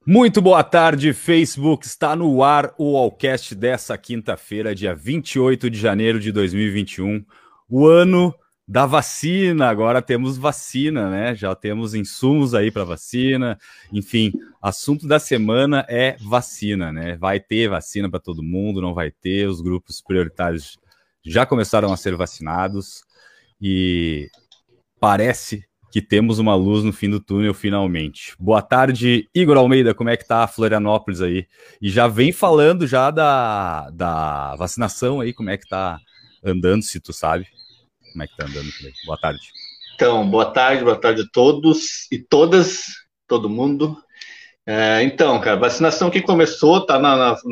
Muito boa tarde, Facebook. Está no ar o Allcast dessa quinta-feira, dia 28 de janeiro de 2021, o ano da vacina. Agora temos vacina, né? Já temos insumos aí para vacina. Enfim, assunto da semana é vacina, né? Vai ter vacina para todo mundo, não vai ter. Os grupos prioritários já começaram a ser vacinados e parece que temos uma luz no fim do túnel finalmente. Boa tarde, Igor Almeida, como é que tá Florianópolis aí? E já vem falando já da vacinação aí, como é que tá andando, se tu sabe como é que tá andando por aí. Boa tarde. Então, boa tarde a todos e todas, todo mundo. Então, cara, vacinação que começou, tá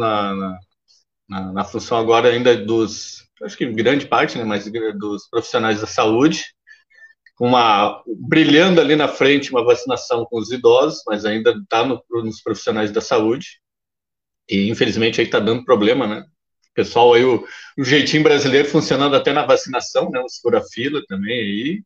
na função agora ainda dos, acho que grande parte, né, mas dos profissionais da saúde, com brilhando ali na frente uma vacinação com os idosos, mas ainda está nos profissionais da saúde. E infelizmente aí está dando problema, né? O pessoal aí, o jeitinho brasileiro funcionando até na vacinação, né? Os fura-fila também aí.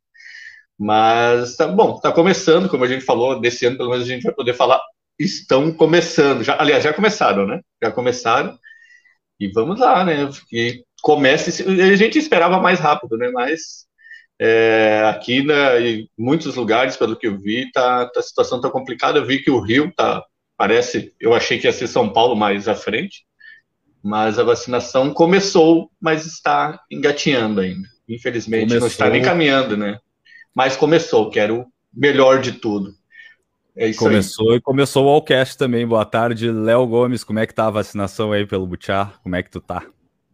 Mas tá bom, tá começando, como a gente falou, desse ano pelo menos a gente vai poder falar. Estão começando, já, aliás, já começaram, né? Já começaram e vamos lá, né? Que comece, a gente esperava mais rápido, né? Mas aqui em muitos lugares, pelo que eu vi, a situação tá complicada. Eu vi que o Rio parece, eu achei que ia ser São Paulo mais à frente, mas a vacinação começou, mas está engatinhando ainda. Infelizmente, não está nem Começou, caminhando, né? Mas começou, que era o melhor de tudo. É isso aí. começou o Allcast também. Boa tarde, Léo Gomes, como é que tá a vacinação aí pelo Butiá? Como é que tu tá?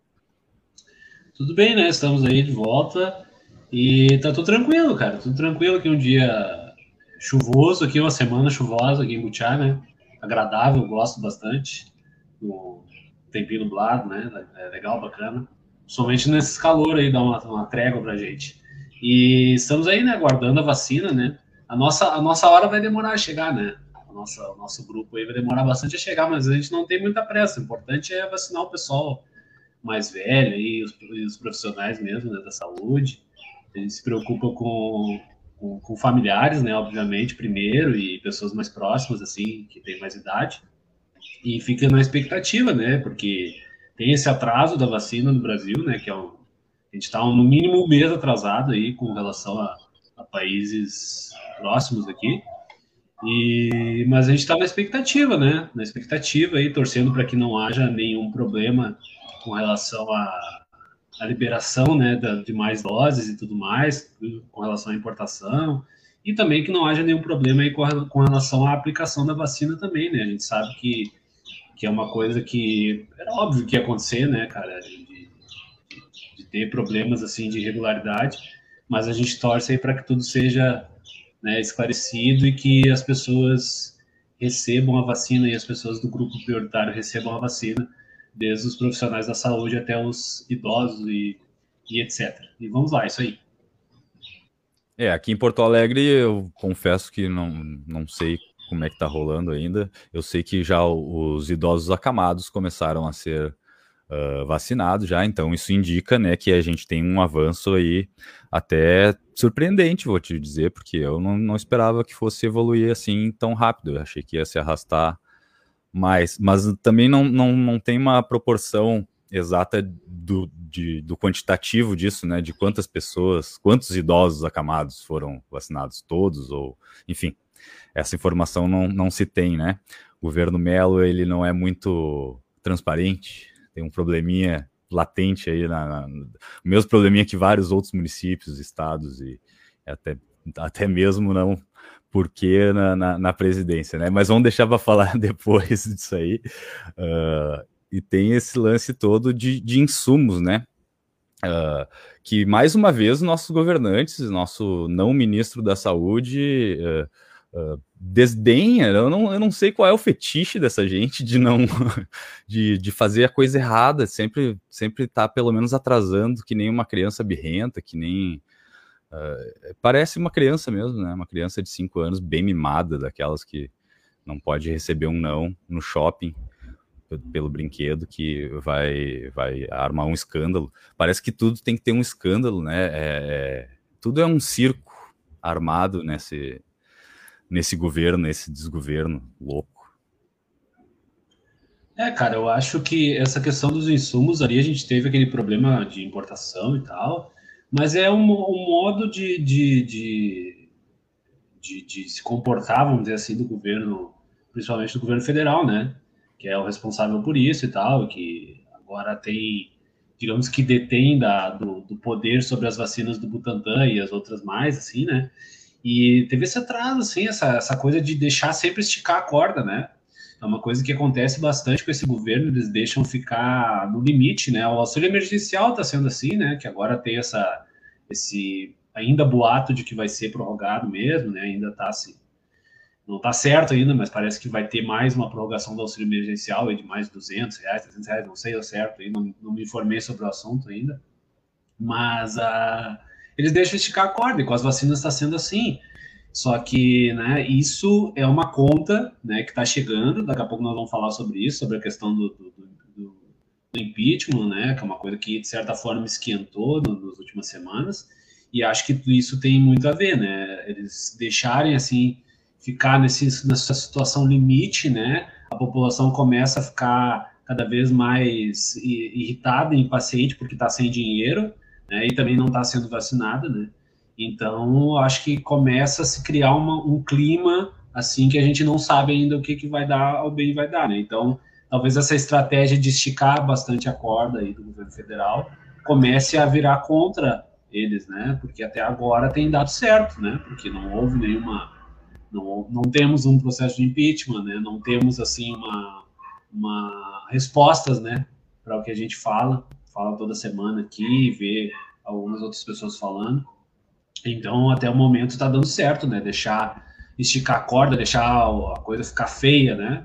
Tudo bem, né? Estamos aí de volta e tá tudo tranquilo, cara. Tudo tranquilo aqui um dia chuvoso, aqui uma semana chuvosa aqui em Butiá, né? Agradável, gosto bastante. O tempinho nublado, né? É legal, bacana. Somente nesses calor aí dá uma trégua pra gente. E estamos aí, né? Aguardando a vacina, né? A nossa hora vai demorar a chegar, né? O nosso grupo aí vai demorar bastante a chegar, mas a gente não tem muita pressa. O importante é vacinar o pessoal mais velho e os profissionais mesmo, né, da saúde. Eles se preocupam com familiares, né, obviamente, primeiro, e pessoas mais próximas, assim, que têm mais idade. E fica na expectativa, né, porque tem esse atraso da vacina no Brasil, né, a gente está no mínimo um mês atrasado aí com relação a países próximos aqui. Mas a gente está na expectativa, né? Na expectativa aí, torcendo para que não haja nenhum problema com relação à liberação, né, de mais doses e tudo mais, com relação à importação, e também que não haja nenhum problema aí com relação à aplicação da vacina também, né? A gente sabe que é uma coisa que era óbvio que ia acontecer, né, cara, de ter problemas assim de irregularidade, mas a gente torce aí para que tudo seja, né, esclarecido e que as pessoas recebam a vacina e as pessoas do grupo prioritário recebam a vacina, desde os profissionais da saúde até os idosos e etc. E vamos lá, isso aí. Aqui em Porto Alegre eu confesso que não sei como é que tá rolando ainda. Eu sei que já os idosos acamados começaram a ser vacinados já, então isso indica, né, que a gente tem um avanço aí até surpreendente, vou te dizer, porque eu não esperava que fosse evoluir assim tão rápido. Eu achei que ia se arrastar mais, mas também não tem uma proporção exata do quantitativo disso, né? De quantas pessoas, quantos idosos acamados foram vacinados, todos, ou enfim, essa informação não se tem, né? O governo Melo, ele não é muito transparente, tem um probleminha latente aí, o mesmo probleminha que vários outros municípios, estados e até mesmo não porque na presidência, né? Mas vamos deixar para falar depois disso aí. E tem esse lance todo de insumos, né? Que mais uma vez nossos governantes, nosso não ministro da saúde desdenha. Eu não sei qual é o fetiche dessa gente de não de fazer a coisa errada, sempre tá pelo menos atrasando, que nem uma criança birrenta, que nem parece uma criança mesmo, né? Uma criança de 5 anos bem mimada, daquelas que não pode receber um não no shopping pelo brinquedo, que vai armar um escândalo. Parece que tudo tem que ter um escândalo, né? Tudo é um circo armado nesse governo, nesse desgoverno louco. Cara, eu acho que essa questão dos insumos ali, a gente teve aquele problema de importação e tal, mas é um modo de se comportar, vamos dizer assim, do governo, principalmente do governo federal, né? Que é o responsável por isso e tal, que agora tem, digamos que detém do poder sobre as vacinas do Butantan e as outras mais, assim, né? E teve esse atraso, assim, essa coisa de deixar sempre esticar a corda, né? É uma coisa que acontece bastante com esse governo, eles deixam ficar no limite, né? O auxílio emergencial está sendo assim, né? Que agora tem esse ainda boato de que vai ser prorrogado mesmo, né? Ainda está assim, não está certo ainda, mas parece que vai ter mais uma prorrogação do auxílio emergencial de mais de R$200, R$300, não sei ao certo, aí, não me informei sobre o assunto ainda, mas eles deixam esticar a corda, e com as vacinas está sendo assim. Só que, né, isso é uma conta, né, que está chegando. Daqui a pouco nós vamos falar sobre isso, sobre a questão do impeachment, né, que é uma coisa que, de certa forma, esquentou nas últimas semanas. E acho que isso tem muito a ver, né? Eles deixarem, assim, ficar nessa situação limite, né? A população começa a ficar cada vez mais irritada e impaciente porque está sem dinheiro, né, e também não está sendo vacinada, né? Então, acho que começa a se criar um clima assim que a gente não sabe ainda o que vai dar ou bem vai dar, né? Então, talvez essa estratégia de esticar bastante a corda aí do governo federal comece a virar contra eles, né? Porque até agora tem dado certo, né? Porque não houve não temos um processo de impeachment, né? Não temos assim uma respostas, né? Para o que a gente fala toda semana aqui, vê algumas outras pessoas falando. Então, até o momento está dando certo, né? Esticar a corda, deixar a coisa ficar feia, né?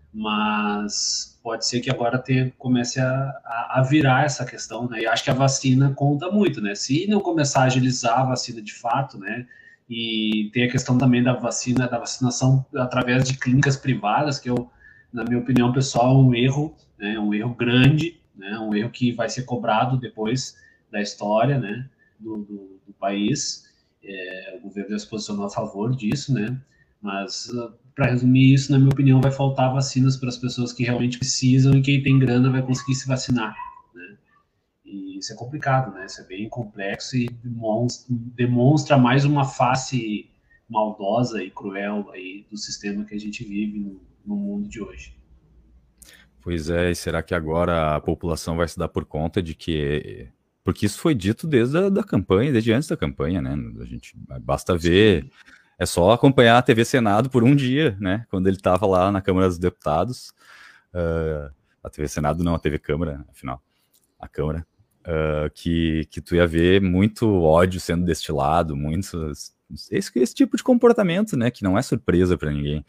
Mas pode ser que agora comece a virar essa questão, né? E acho que a vacina conta muito, né? Se não começar a agilizar a vacina de fato, né? E tem a questão também da vacinação através de clínicas privadas, que na minha opinião pessoal, é um erro, né? Um erro grande, né? Um erro que vai ser cobrado depois da história, né? Do país. O governo já se posicionou a favor disso, né? Mas, para resumir isso, na minha opinião, vai faltar vacinas para as pessoas que realmente precisam e quem tem grana vai conseguir se vacinar, né? E isso é complicado, né? Isso é bem complexo e demonstra mais uma face maldosa e cruel aí do sistema que a gente vive no mundo de hoje. Pois é, e será que agora a população vai se dar por conta de que... Porque isso foi dito desde a campanha, desde antes da campanha, né? Basta ver... Sim. É só acompanhar a TV Senado por um dia, né? Quando ele estava lá na Câmara dos Deputados. A TV Senado não, a TV Câmara, afinal. A Câmara. Que tu ia ver muito ódio sendo destilado, esse tipo de comportamento, né? Que não é surpresa para ninguém.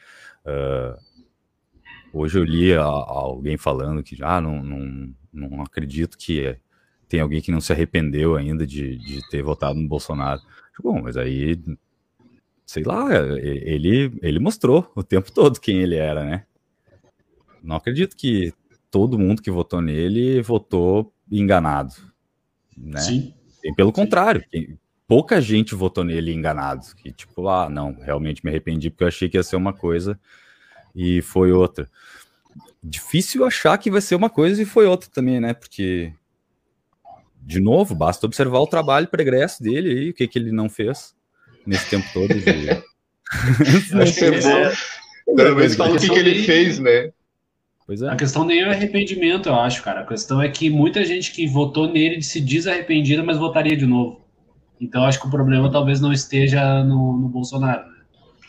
Hoje eu li alguém falando que não acredito que tem alguém que não se arrependeu ainda de ter votado no Bolsonaro. Bom, mas aí... Sei lá, ele mostrou o tempo todo quem ele era, né? Não acredito que todo mundo que votou nele votou enganado, né? Sim. E pelo contrário, pouca gente votou nele enganado. Que tipo, não, realmente me arrependi porque eu achei que ia ser uma coisa e foi outra. Difícil achar que vai ser uma coisa e foi outra também, né? Porque, de novo, basta observar o trabalho pregresso dele aí, o que ele não fez nesse tempo todo. Acho que é bom. Pelo menos fala o que ele fez, né? Pois é. A questão nem é o arrependimento, eu acho, cara. A questão é que muita gente que votou nele se diz arrependida, mas votaria de novo. Então acho que o problema talvez não esteja no Bolsonaro, né?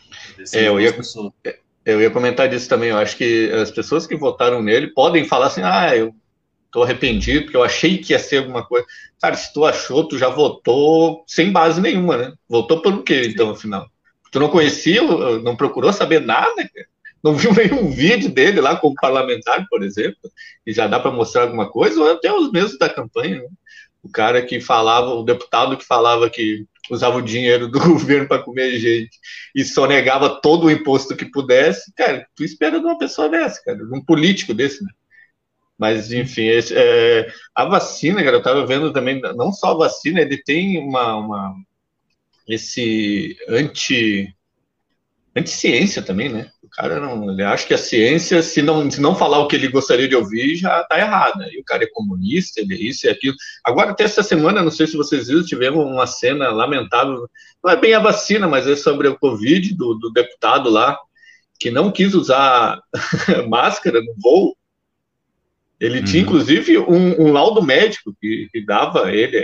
Eu ia comentar disso também. Eu acho que as pessoas que votaram nele podem falar assim, eu tô arrependido, porque eu achei que ia ser alguma coisa. Cara, se tu achou, tu já votou sem base nenhuma, né? Votou pelo quê, então, afinal? Tu não conhecia, não procurou saber nada, não viu nenhum vídeo dele lá como parlamentar, por exemplo, e já dá para mostrar alguma coisa, ou até os mesmos da campanha, né? O cara que falava, o deputado que falava que usava o dinheiro do governo para comer gente e sonegava todo o imposto que pudesse, cara, tu espera de uma pessoa dessa, cara, de um político desse, né? Mas, enfim, a vacina, cara, eu estava vendo também, não só a vacina, ele tem esse anti-ciência também, né? O cara não, ele acha que a ciência, se não falar o que ele gostaria de ouvir, já tá errada. E o cara é comunista, ele é isso e aquilo. Agora, até essa semana, não sei se vocês viram, tivemos uma cena lamentável. Não é bem a vacina, mas é sobre o Covid do deputado lá, que não quis usar máscara no voo. Ele tinha, inclusive, um laudo médico que dava a ele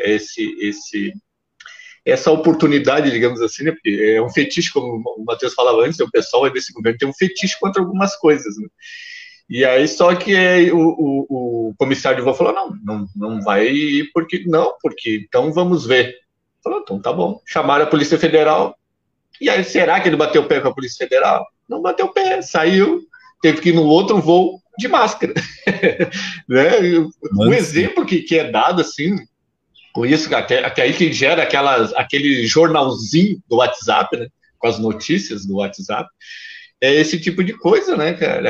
essa oportunidade, digamos assim, né? Porque é um fetiche, como o Matheus falava antes, o pessoal desse governo tem um fetiche contra algumas coisas, né? E aí, só que o comissário de voo falou, não vai ir, porque então vamos ver. Falou, então tá bom. Chamaram a Polícia Federal, e aí, será que ele bateu o pé com a Polícia Federal? Não bateu o pé, saiu, teve que ir no outro voo de máscara. Né? Um exemplo que é dado, assim, com isso, até aí que gera aquele jornalzinho do WhatsApp, né? Com as notícias do WhatsApp, é esse tipo de coisa, né, cara?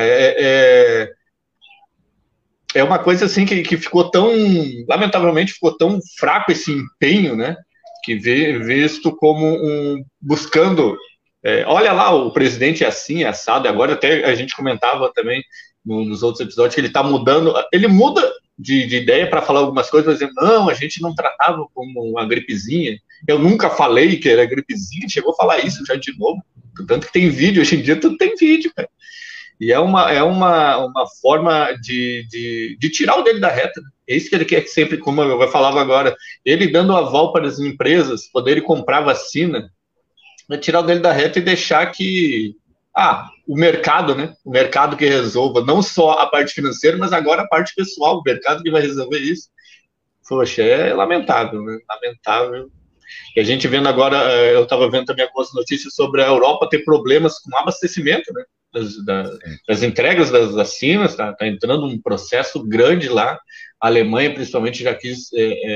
É uma coisa assim que ficou lamentavelmente ficou tão fraco esse empenho, né? Que visto como buscando, olha lá, o presidente é assim, é assado, e agora até a gente comentava também nos outros episódios que ele está mudando, ele muda de ideia para falar algumas coisas, dizendo, não, a gente não tratava como uma gripezinha, eu nunca falei que era gripezinha, chegou a falar isso já de novo, tanto que tem vídeo, hoje em dia tudo tem vídeo, cara. E é uma forma de tirar o dele da reta. É isso que ele quer sempre, como eu falava agora, ele dando aval para as empresas poderem comprar vacina, tirar o dele da reta e deixar que o mercado, né? O mercado que resolva, não só a parte financeira, mas agora a parte pessoal, o mercado que vai resolver isso. Poxa, é lamentável, né? Lamentável. E a gente vendo agora, eu estava vendo também algumas notícias sobre a Europa ter problemas com abastecimento, né? Das entregas das vacinas, tá entrando um processo grande lá. A Alemanha, principalmente, já quis.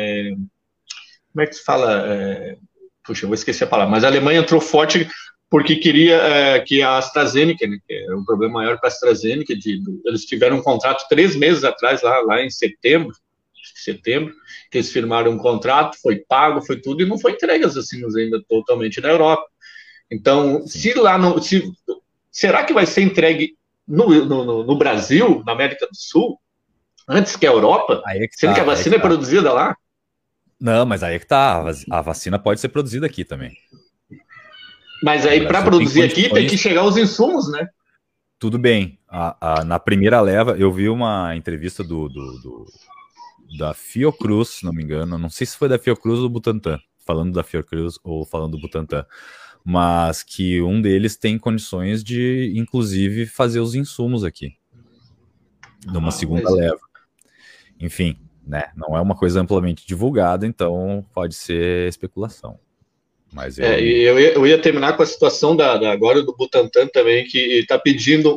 Como é que se fala? Puxa, eu vou esquecer a palavra. Mas a Alemanha entrou forte porque queria que a AstraZeneca, né, que é um problema maior para a AstraZeneca, eles tiveram um contrato 3 meses atrás, lá em setembro, que eles firmaram um contrato, foi pago, foi tudo, e não foi entregue as vacinas ainda totalmente na Europa. Então, será que vai ser entregue no Brasil, na América do Sul, antes que a Europa, sendo que a vacina é produzida lá? Não, mas aí é que tá, a vacina pode ser produzida aqui também. Mas aí, para produzir aqui, tem que chegar os insumos, né? Tudo bem. Na primeira leva, eu vi uma entrevista da Fiocruz, se não me engano. Não sei se foi da Fiocruz ou do Butantan. Falando da Fiocruz ou falando do Butantan. Mas que um deles tem condições de, inclusive, fazer os insumos aqui. Numa segunda leva. Enfim, né? Não é uma coisa amplamente divulgada, então pode ser especulação. Mas eu ia terminar com a situação agora do Butantan também, que está pedindo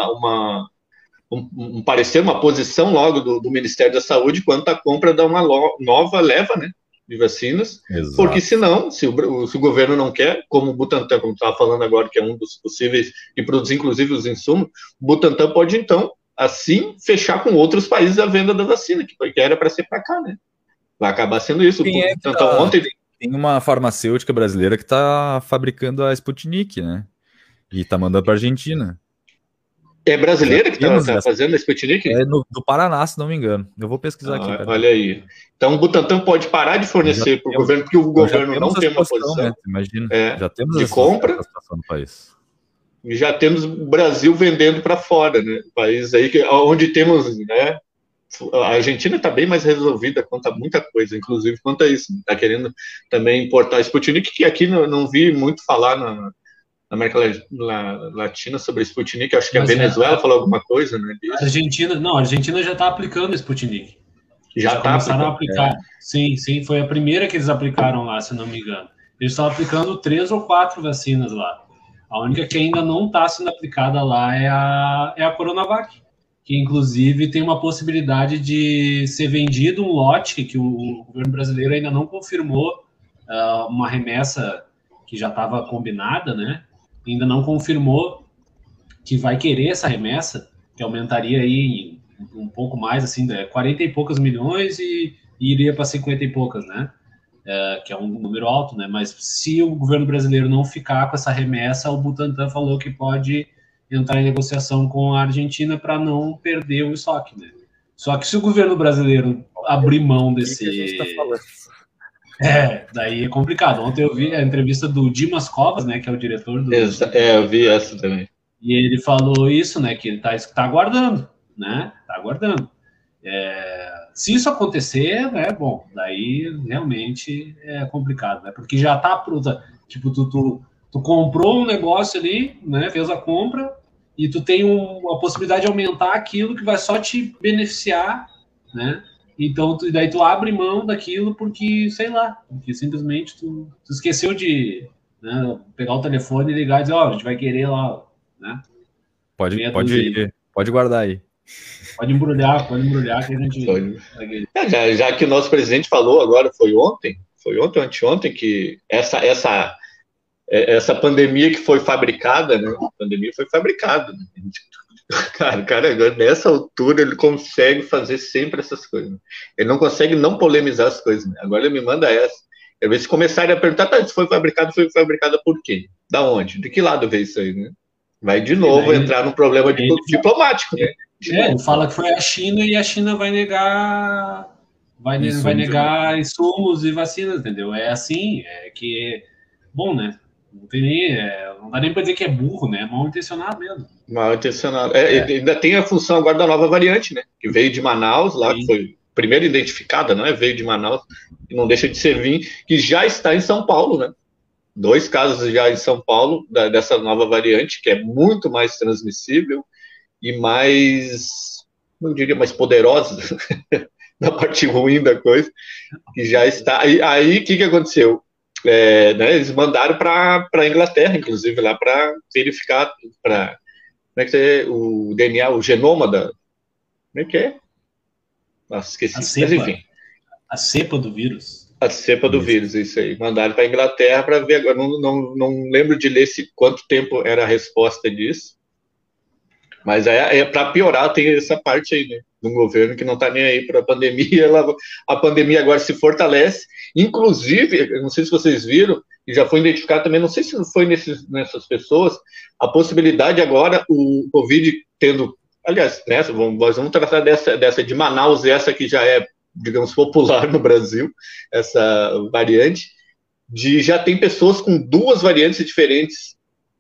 um parecer, uma posição logo do Ministério da Saúde quanto à compra de uma nova leva, né, de vacinas. Exato. Porque senão, se o governo não quer, como o Butantan, como estava falando agora, que é um dos possíveis, e produzir inclusive os insumos, o Butantan pode então, assim, fechar com outros países a venda da vacina, que era para ser para cá, né? Vai acabar sendo isso. Ontem... Tem uma farmacêutica brasileira que está fabricando a Sputnik, né? E está mandando para a Argentina. É brasileira que está fazendo a Sputnik? É do Paraná, se não me engano. Eu vou pesquisar aqui. Olha aí. Então o Butantan pode parar de fornecer para o governo, porque o governo não tem uma posição. Né? Imagina. Já temos de compra. No país. E já temos o Brasil vendendo para fora, né? País aí onde temos, né? A Argentina está bem mais resolvida quanto a muita coisa, inclusive quanto a isso. Está querendo também importar Sputnik, que aqui não vi muito falar na América Latina sobre Sputnik. Acho que a Venezuela falou alguma coisa, né? A Argentina já está aplicando Sputnik. Já começaram a aplicar. Sim, foi a primeira que eles aplicaram lá, se não me engano. Eles estão aplicando 3 ou 4 vacinas lá. A única que ainda não está sendo aplicada lá é a Coronavac, que inclusive tem uma possibilidade de ser vendido um lote que o governo brasileiro ainda não confirmou, uma remessa que já estava combinada, né? Ainda não confirmou que vai querer essa remessa, que aumentaria aí um pouco mais, assim, 40 e poucos milhões e iria para 50 e poucas, né? que é um número alto, né? Mas se o governo brasileiro não ficar com essa remessa, o Butantan falou que pode entrar em negociação com a Argentina para não perder o estoque, né? Só que se o governo brasileiro abrir mão desse... que a gente tá falando? Daí é complicado. Ontem eu vi a entrevista do Dimas Covas, né, que é o diretor do... eu vi essa também. E ele falou isso, né, que ele tá aguardando, né? Tá aguardando. Se isso acontecer, né, bom, daí realmente é complicado, né? Porque já tá pronta. Tipo, tu comprou um negócio ali, né? Fez a compra e tu tem a possibilidade de aumentar aquilo que vai só te beneficiar, né? Então, daí tu abre mão daquilo porque, sei lá, porque simplesmente tu esqueceu de, né, pegar o telefone e ligar e dizer, a gente vai querer lá, né? Pode guardar aí. Pode embrulhar que a gente... Já que o nosso presidente falou agora, foi ontem ou anteontem, que essa pandemia que foi fabricada, né? A pandemia foi fabricada. Né? Cara, agora, nessa altura ele consegue fazer sempre essas coisas. Né? Ele não consegue não polemizar as coisas. Né? Agora ele me manda essa. Às vezes começarem a perguntar, se foi fabricada por quê? Da onde? De que lado veio isso aí, né? Vai de novo entrar num problema diplomático, né? Ele fala que foi a China e a China vai negar insumos e vacinas, entendeu? É assim, bom, né? Não dá nem pra dizer que é burro, né? É mal intencionado mesmo. Mal intencionado. Ainda tem a função agora da nova variante, né? Que veio de Manaus, lá, que foi primeiro identificada, não é? Veio de Manaus, que não deixa de servir, que já está em São Paulo, né? 2 casos já em São Paulo, dessa nova variante, que é muito mais transmissível e mais, não diria mais poderosa, na parte ruim da coisa, que já está. Aí o que aconteceu? Né, eles mandaram para a Inglaterra, inclusive, lá para verificar o DNA, o genoma da. Como é que é? Nossa, esqueci. Mas enfim. A cepa do vírus. A cepa do vírus, isso aí. Mandaram para a Inglaterra para ver. Agora não lembro de ler quanto tempo era a resposta disso. Mas para piorar, tem essa parte aí, né? Do governo que não está nem aí para a pandemia. A pandemia agora se fortalece. Inclusive, eu não sei se vocês viram, e já foi identificado também, não sei se foi nessas pessoas, a possibilidade agora, o Covid tendo. Aliás, nós vamos tratar dessa de Manaus, essa que já é, digamos, popular no Brasil, essa variante, já tem pessoas com 2 variantes diferentes,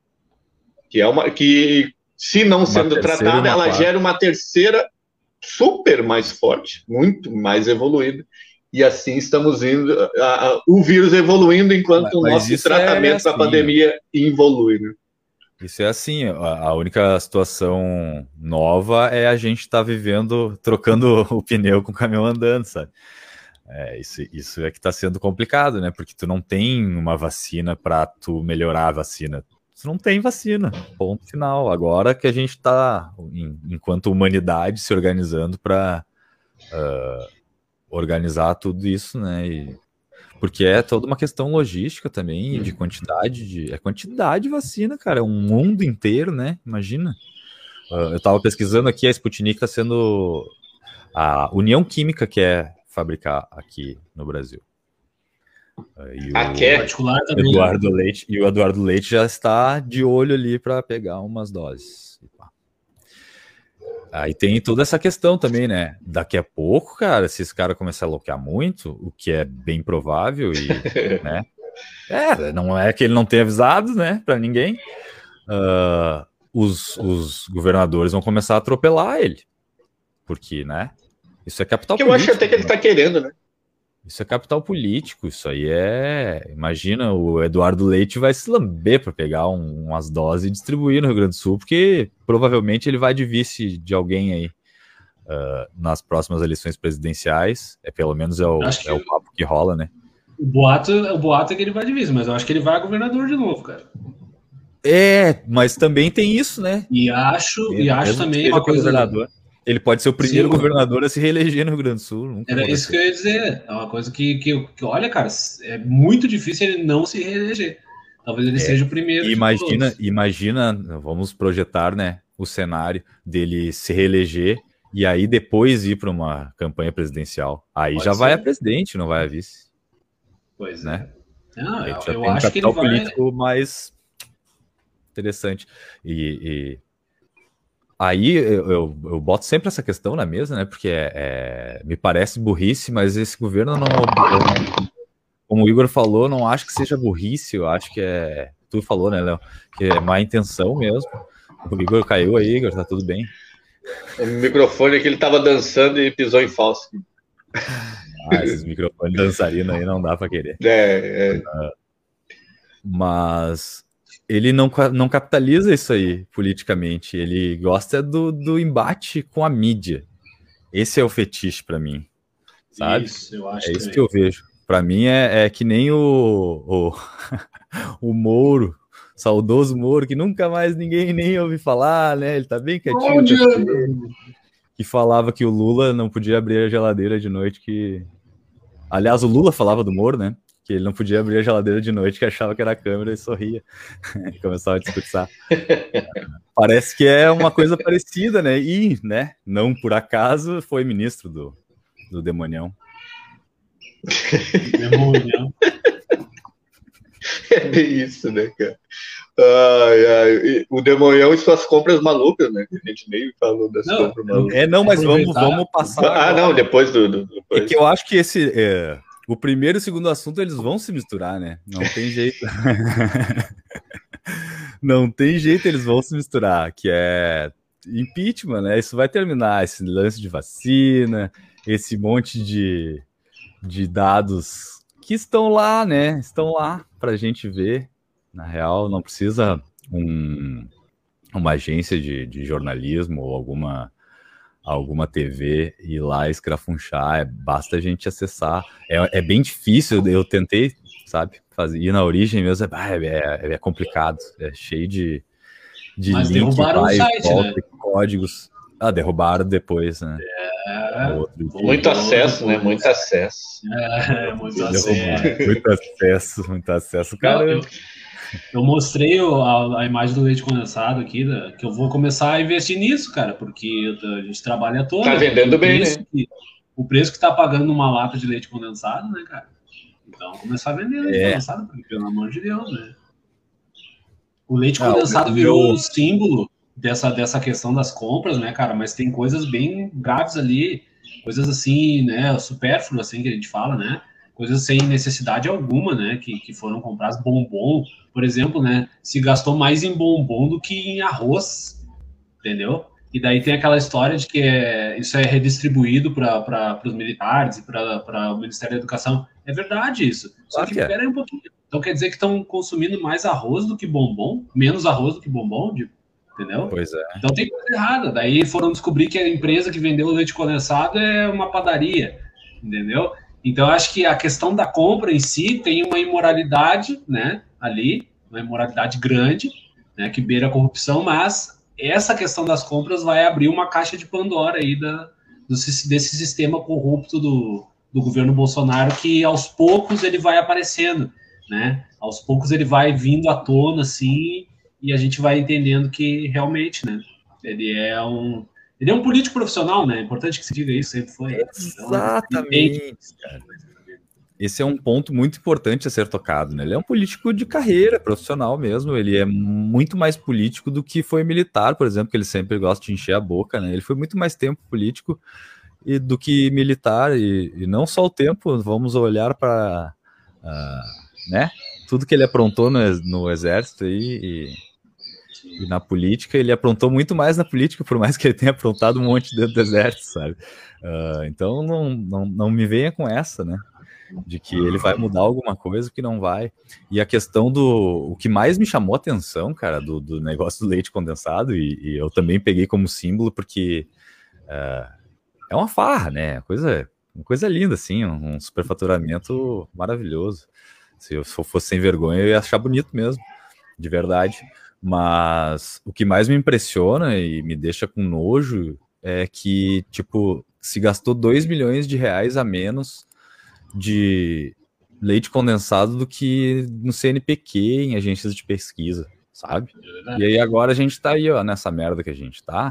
que se não sendo tratada, ela gera uma terceira super mais forte, muito mais evoluída, e assim estamos indo, o vírus evoluindo enquanto o nosso tratamento da pandemia evolui, né? Isso é assim, a única situação nova é a gente estar trocando o pneu com o caminhão andando, sabe? Isso é que está sendo complicado, né? Porque tu não tem uma vacina para tu melhorar a vacina. Tu não tem vacina, ponto final. Agora que a gente está, enquanto humanidade, se organizando para organizar tudo isso, né? Porque é toda uma questão logística também, de quantidade quantidade de vacina, cara, é um mundo inteiro, né? Imagina. Eu estava pesquisando aqui, a Sputnik está sendo a União Química que é fabricar aqui no Brasil. E o Eduardo Leite já está de olho ali para pegar umas doses. Aí tem toda essa questão também, né? Daqui a pouco, cara, se esse cara começar a loquear muito, o que é bem provável, né? Não é que ele não tenha avisado, né, para ninguém. Os governadores vão começar a atropelar ele. Porque, né? Isso é capital político. Eu acho até que ele está querendo, né? Isso é capital político, isso aí Imagina, o Eduardo Leite vai se lamber para pegar umas doses e distribuir no Rio Grande do Sul, porque provavelmente ele vai de vice de alguém aí nas próximas eleições presidenciais. Pelo menos o papo que rola, né? O boato é que ele vai de vice, mas eu acho que ele vai a governador de novo, cara. Mas também tem isso, né? E acho também uma coisa. Governador. Ele pode ser o primeiro governador a se reeleger no Rio Grande do Sul. Era isso que eu ia dizer. É uma coisa que olha, cara, é muito difícil ele não se reeleger. Talvez ele seja o primeiro. Imagina, vamos projetar, né, o cenário dele se reeleger e aí depois ir para uma campanha presidencial. Aí pode já ser. Vai a presidente, não vai a vice. Pois né? é. Não, Aí já eu tem um acho que ele capital vai... político mais interessante. E aí eu boto sempre essa questão na mesa, né? Porque me parece burrice, mas esse governo não, como o Igor falou, não acho que seja burrice, eu acho que tu falou, né, Léo? Que é má intenção mesmo. O Igor caiu aí, Igor, tá tudo bem? O microfone é que ele estava dançando e pisou em falso. Esses microfones dançarinos aí não dá pra querer. É. Mas ele não capitaliza isso aí politicamente. Ele gosta do embate com a mídia. Esse é o fetiche pra mim, sabe? Isso, eu acho É isso também. que eu vejo. Pra mim é que nem o Moro, saudoso Moro, que nunca mais ninguém nem ouve falar, né? Ele tá bem quietinho. Que falava que o Lula não podia abrir a geladeira de noite, que... Aliás, o Lula falava do Moro, né? Que ele não podia abrir a geladeira de noite, que achava que era a câmera e sorria. E começava a discursar. Parece que é uma coisa parecida, né? E, né, não por acaso, foi ministro do Demonião. Demonião. É bem isso, né, cara? O Demonião e suas compras malucas, né? A gente nem falou das compras malucas. Mas vamos passar. Não, depois depois. É que eu acho que o primeiro e o segundo assunto eles vão se misturar, né? Não tem jeito. Não tem jeito, eles vão se misturar, que é impeachment, né? Isso vai terminar, esse lance de vacina, esse monte de dados que estão lá, né? Estão lá pra gente ver. Na real, não precisa uma agência de jornalismo ou alguma TV ir lá escrafunchar, basta a gente acessar. É bem difícil, eu tentei, sabe, ir na origem mesmo, é complicado, é cheio de Mas link, derrubaram o site, volta, né? Códigos. Derrubaram depois, né? Muito acesso, né? Muito acesso. Muito acesso. Muito acesso, cara. Eu mostrei a imagem do leite condensado aqui, que eu vou começar a investir nisso, cara, porque a gente trabalha todo. Tá vendendo bem, né? O preço que tá pagando numa lata de leite condensado, né, cara? Então, começar a vender leite condensado, porque, pelo amor de Deus, né? O leite condensado virou um símbolo dessa questão das compras, né, cara? Mas tem coisas bem graves ali, coisas assim, né, supérfluas, assim, que a gente fala, né? Coisas sem necessidade alguma, né, que foram compradas. Bombom, por exemplo, né, se gastou mais em bombom do que em arroz, entendeu? E daí tem aquela história de que isso é redistribuído para os militares e para o Ministério da Educação. É verdade isso. Só que espera aí um pouquinho. Então quer dizer que estão consumindo mais arroz do que bombom? Menos arroz do que bombom? Entendeu? Pois é. Então tem coisa errada. Daí foram descobrir que a empresa que vendeu o leite condensado é uma padaria, entendeu? Então acho que a questão da compra em si tem uma imoralidade, né, ali, uma imoralidade grande, né, que beira a corrupção, mas essa questão das compras vai abrir uma caixa de Pandora aí desse sistema corrupto do governo Bolsonaro, que aos poucos ele vai aparecendo, né? Aos poucos ele vai vindo à tona, assim, e a gente vai entendendo que realmente, né, ele é um político profissional, né? É importante que se diga isso, sempre foi. Exatamente, cara. Esse é um ponto muito importante a ser tocado, né? Ele é um político de carreira, profissional mesmo. Ele é muito mais político do que foi militar, por exemplo, que ele sempre gosta de encher a boca, né? Ele foi muito mais tempo político do que militar, e não só o tempo. Vamos olhar para, né? Tudo que ele aprontou no exército e na política. Ele aprontou muito mais na política, por mais que ele tenha aprontado um monte dentro do exército, sabe? Então não me venha com essa, né? De que ele vai mudar alguma coisa, que não vai. E a questão o que mais me chamou a atenção, cara, do negócio do leite condensado, e eu também peguei como símbolo, porque é uma farra, né? Uma coisa linda, assim, um superfaturamento maravilhoso. Se eu fosse sem vergonha, eu ia achar bonito mesmo, de verdade. Mas o que mais me impressiona e me deixa com nojo é que, tipo, se gastou 2 milhões de reais a menos de leite condensado do que no CNPq, em agências de pesquisa, sabe? E aí agora a gente tá aí, ó, nessa merda que a gente tá,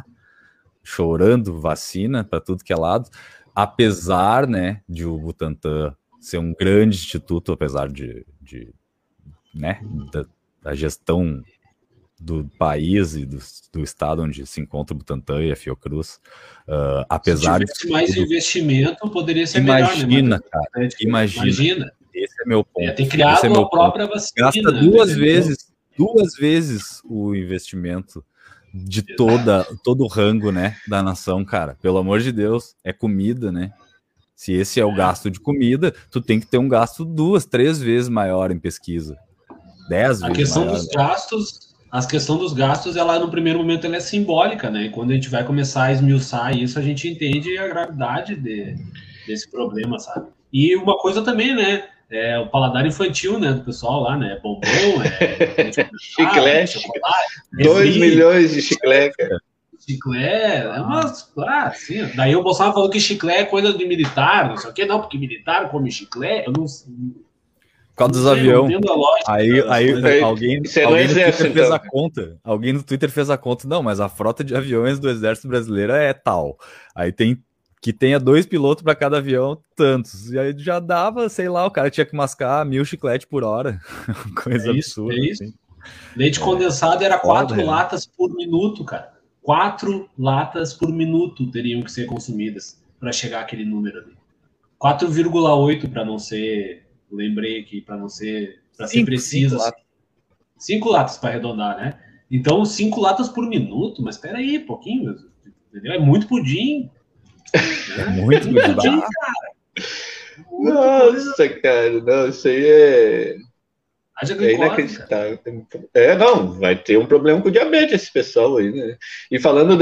chorando vacina para tudo que é lado, apesar, né, de o Butantan ser um grande instituto, apesar né, da gestão do país e do estado onde se encontra o Butantan e a Fiocruz, apesar de mais investimento, poderia ser imagina, melhor, né? Cara, imagina. Esse é meu ponto. Ter criado a própria vacina. Gasta duas vezes o investimento de todo o rango, né, da nação, cara. Pelo amor de Deus, é comida, né? Se esse é o gasto de comida, tu tem que ter um gasto 2, 3 vezes maior em pesquisa. 10 vezes maior. A questão dos gastos, ela no primeiro momento ela é simbólica, né? E quando a gente vai começar a esmiuçar isso, a gente entende a gravidade desse problema, sabe? E uma coisa também, né? O paladar infantil, né, do pessoal lá, né? Bombom, chiclete, 2 milhões de chiclete. Chiclete, sim. Daí o Bolsonaro falou que chiclete é coisa de militar, não sei o que, não, porque militar come chiclete, eu não sei. Por causa dos aviões. Aí alguém no Twitter fez a conta. Alguém no Twitter fez a conta. Não, mas a frota de aviões do Exército Brasileiro é tal. Aí tem que tenha 2 pilotos para cada avião, tantos. E aí já dava, sei lá, o cara tinha que mascar 1.000 chicletes por hora. Coisa absurda. É isso. Assim. Leite condensado era 4 latas por minuto, cara. 4 latas por minuto teriam que ser consumidas para chegar àquele número ali. 4,8 para não ser... Lembrei aqui, para ser preciso. 5 latas para arredondar, né? Então, 5 latas por minuto, mas espera aí, pouquinho, entendeu? É muito pudim. É muito pudim, cara. Nossa, cara, não, isso aí é inacreditável. Não, vai ter um problema com diabetes esse pessoal aí, né? E falando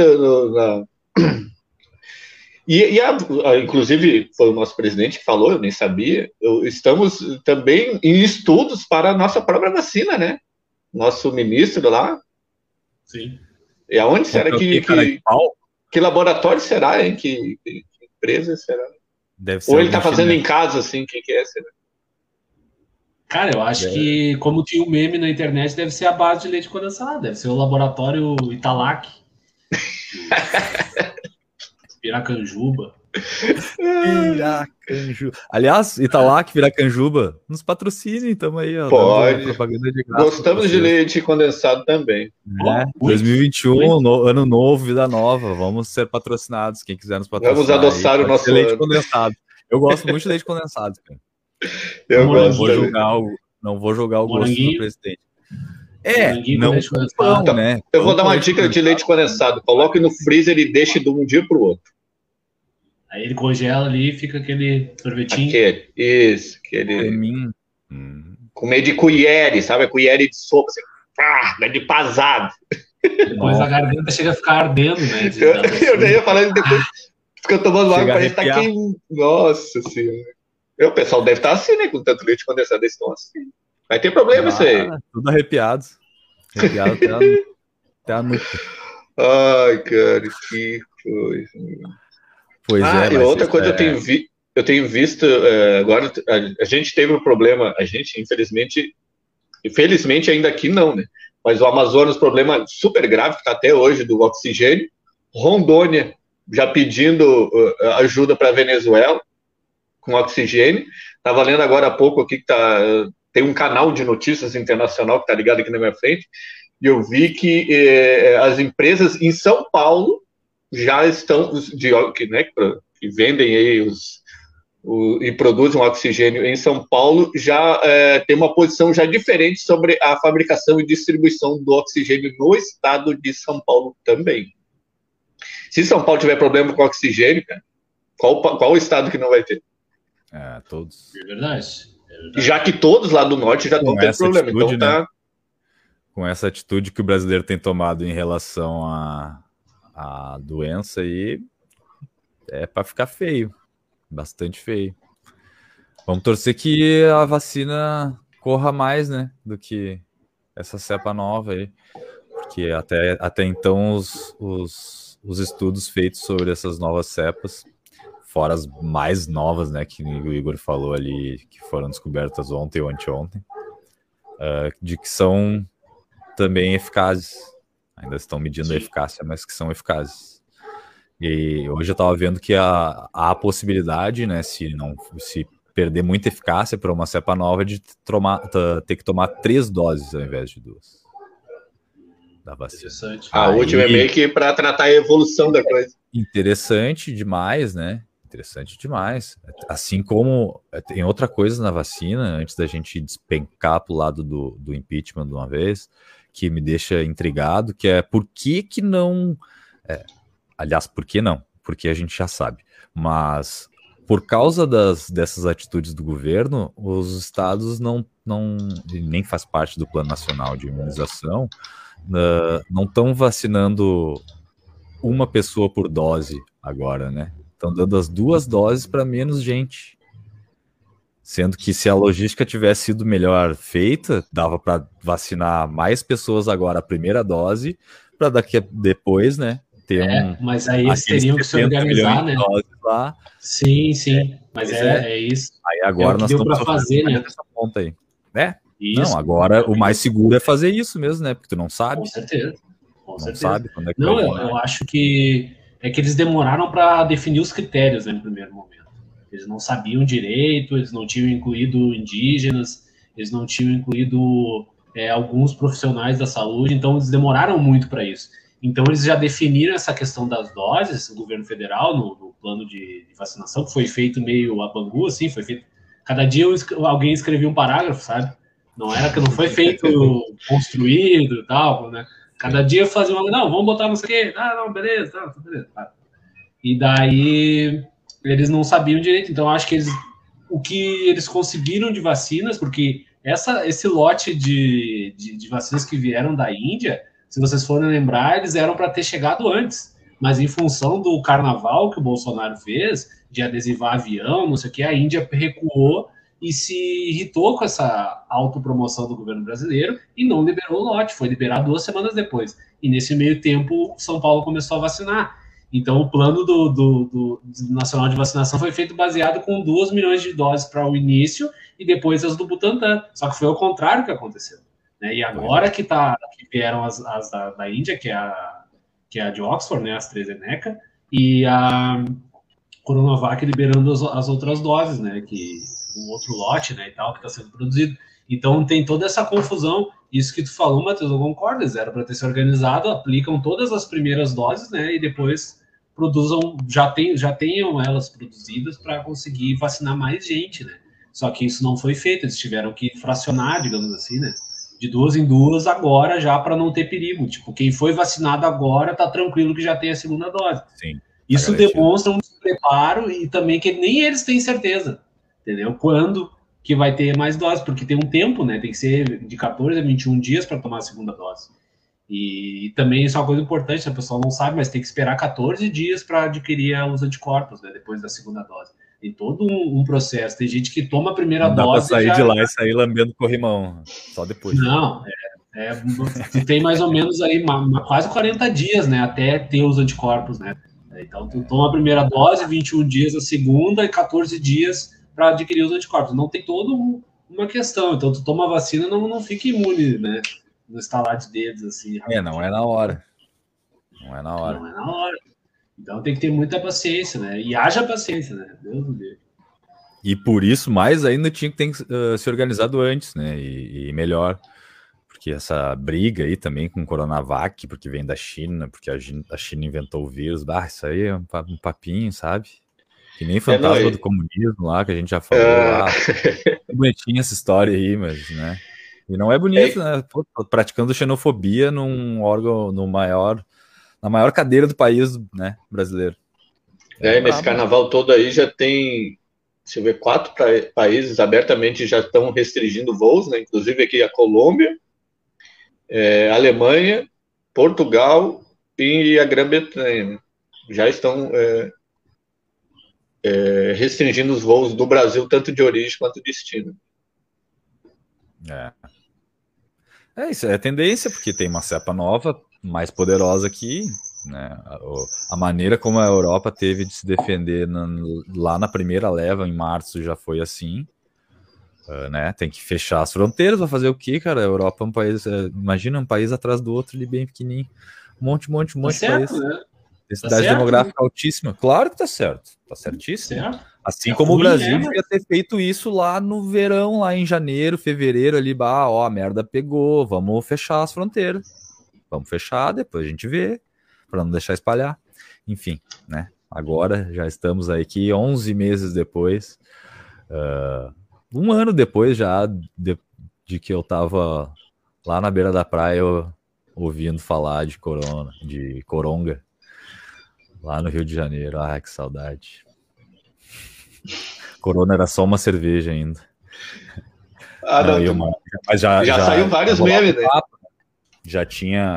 inclusive, foi o nosso presidente que falou, eu nem sabia, estamos também em estudos para a nossa própria vacina, né? Nosso ministro lá. Sim. E aonde será que laboratório será, hein? Que empresa será? Deve ser. Ou ele está fazendo em casa, assim, o que é, será? Cara, eu acho que, como tinha um meme na internet, deve ser a base de leite condensado, deve ser o laboratório Italac. Piracanjuba. Aliás, Italac, Piracanjuba, nos patrocinem, estamos aí, ó. Pode. Propaganda de graça. Gostamos de leite condensado também. 2021, ano novo, vida nova. Vamos ser patrocinados. Quem quiser nos patrocinar. Vamos adoçar o nosso leite condensado. Eu gosto muito de leite condensado, cara. Não vou jogar o gosto do presidente. Né? Eu vou dar uma dica de leite condensado. Coloque no freezer e deixe de um dia para o outro. Aí ele congela ali e fica aquele sorvetinho. Aquele. Comer de colher, sabe? A colher de sopa, assim, de pasado. Depois a garganta chega a ficar ardendo, né? Eu já ia falando depois. Fica tomando água, parece que tá queimando. Nossa senhora. O pessoal deve estar assim, né? Com tanto leite condensado, eles estão assim. Vai ter problema isso aí. Tudo arrepiado. Arrepiado até a nuca. Ai, cara, que coisa. Pois e outra coisa eu tenho visto, agora a gente teve um problema, infelizmente ainda aqui não, né? Mas o Amazonas, problema super grave, que está até hoje, do oxigênio. Rondônia já pedindo ajuda para a Venezuela com oxigênio. Estava lendo agora há pouco aqui que tem um canal de notícias internacional que está ligado aqui na minha frente, e eu vi que as empresas em São Paulo já estão, que vendem aí e produzem oxigênio em São Paulo, já tem uma posição já diferente sobre a fabricação e distribuição do oxigênio no estado de São Paulo também. Se São Paulo tiver problema com oxigênio, cara, qual o estado que não vai ter? Todos. É verdade. Já que todos lá do norte já estão tendo problema. Atitude, então tá. Né? Com essa atitude que o brasileiro tem tomado em relação à doença aí, é para ficar feio. Bastante feio. Vamos torcer que a vacina corra mais, né? Do que essa cepa nova aí. Porque até então os estudos feitos sobre essas novas cepas, fora as mais novas, né, que o Igor falou ali, que foram descobertas ontem ou anteontem, de que são também eficazes. Ainda estão medindo a eficácia, mas que são eficazes. E hoje eu estava vendo que há a possibilidade, né, se perder muita eficácia para uma cepa nova de ter que tomar 3 doses ao invés de 2 da vacina. Interessante. A última é meio que para tratar a evolução da coisa. Interessante demais, né? Interessante demais. Assim como tem outra coisa na vacina, antes da gente despencar para o lado do impeachment de uma vez, que me deixa intrigado, que é por que não... aliás, por que não? Porque a gente já sabe. Mas por causa dessas atitudes do governo, os estados nem faz parte do Plano Nacional de Imunização, não estão vacinando uma pessoa por dose agora, né? Estão dando as 2 doses para menos gente. Sendo que se a logística tivesse sido melhor feita, dava para vacinar mais pessoas agora a primeira dose, para depois, né, ter mas aí eles teriam que se organizar, né? Lá. Sim, mas é isso. Aí agora nós estamos fazer, né? Nessa ponta aí. Isso. Não, agora o mais seguro é fazer isso mesmo, né? Porque tu não sabe. Com certeza. Não sabe quando é que não, eu acho que eles demoraram para definir os critérios, né, no primeiro momento. Eles não sabiam direito, eles não tinham incluído indígenas, eles não tinham incluído alguns profissionais da saúde, então eles demoraram muito para isso. Então eles já definiram essa questão das doses, o governo federal, no plano de vacinação, que foi feito meio a bangu, assim, foi feito... Cada dia alguém escrevia um parágrafo, sabe? Não foi feito construído e tal, né? Cada dia fazia uma... Não, vamos botar não sei o quê. Não, beleza, beleza. E daí eles não sabiam direito. Então, acho que o que eles conseguiram de vacinas, porque esse lote de vacinas que vieram da Índia, se vocês forem lembrar, eles eram para ter chegado antes. Mas em função do carnaval que o Bolsonaro fez, de adesivar avião, não sei o que, a Índia recuou e se irritou com essa autopromoção do governo brasileiro e não liberou o lote, foi liberado 2 semanas depois. E nesse meio tempo, São Paulo começou a vacinar. Então, o plano do Nacional de Vacinação foi feito baseado com 2 milhões de doses para o início e depois as do Butantan. Só que foi o contrário que aconteceu. Né? E agora que vieram as da Índia, que é a de Oxford, né, a AstraZeneca, e a Coronavac liberando as outras doses, né, que um outro lote, né, e tal, que está sendo produzido. Então tem toda essa confusão. Isso que tu falou, Matheus, eu concordo, eles eram para ter se organizado, aplicam todas as primeiras doses, né, e depois produzam, já tenham elas produzidas para conseguir vacinar mais gente, né. Só que isso não foi feito, eles tiveram que fracionar, digamos assim, né, de 2 em 2 agora já para não ter perigo. Tipo, quem foi vacinado agora tá tranquilo que já tem a segunda dose. Sim. Isso demonstra um despreparo e também que nem eles têm certeza, entendeu? Quando que vai ter mais doses, porque tem um tempo, né? Tem que ser de 14 a 21 dias para tomar a segunda dose. E também isso é uma coisa importante, a pessoa não sabe, mas tem que esperar 14 dias para adquirir os anticorpos, né? Depois da segunda dose. Tem todo um processo. Tem gente que toma a primeira dose... Não dá para sair de lá e sair lambendo corrimão, só depois. Não, tem mais ou menos aí quase 40 dias, né? Até ter os anticorpos, né? Então, tu toma a primeira dose, 21 dias a segunda e 14 dias para adquirir os anticorpos. Não tem toda uma questão. Então, tu toma a vacina, não fica imune, né? No estalar de dedos, assim. Não é na hora. Não é na hora. Não é na hora. Então, tem que ter muita paciência, né? E haja paciência, né? Deus do Deus. E por isso, mais ainda tinha que ter se organizado antes, né? E melhor. Porque essa briga aí também com o Coronavac, porque vem da China, porque a China inventou o vírus. Isso aí é um papinho, sabe? Que nem fantasma do comunismo lá, que a gente já falou lá. É bonitinha essa história aí, mas, né? E não é bonito, né? Pô, praticando xenofobia num órgão, na maior cadeira do país, né, brasileiro. Nesse carnaval todo aí já tem, deixa eu ver, 4 países abertamente já estão restringindo voos, né? Inclusive aqui a Colômbia, Alemanha, Portugal e a Grã-Bretanha já estão restringindo os voos do Brasil, tanto de origem quanto de destino. Isso é tendência, porque tem uma cepa nova, mais poderosa aqui, né? A maneira como a Europa teve de se defender lá na primeira leva, em março, já foi assim. Né? Tem que fechar as fronteiras, vai fazer o quê, cara? A Europa é um país, imagina um país atrás do outro, ali bem pequenininho, um monte de país. Né? Densidade demográfica altíssima, claro que tá certo, tá certíssimo. Certo. Assim como o Brasil devia ter feito isso lá no verão, lá em janeiro, fevereiro, ali, a merda pegou, vamos fechar as fronteiras. Vamos fechar, depois a gente vê, para não deixar espalhar. Enfim, né? Agora já estamos aqui 11 meses depois, um ano depois já de que eu tava lá na beira da praia ouvindo falar de coronga, lá no Rio de Janeiro. Ai, que saudade. Corona era só uma cerveja ainda. Mas já saiu vários memes, né? Já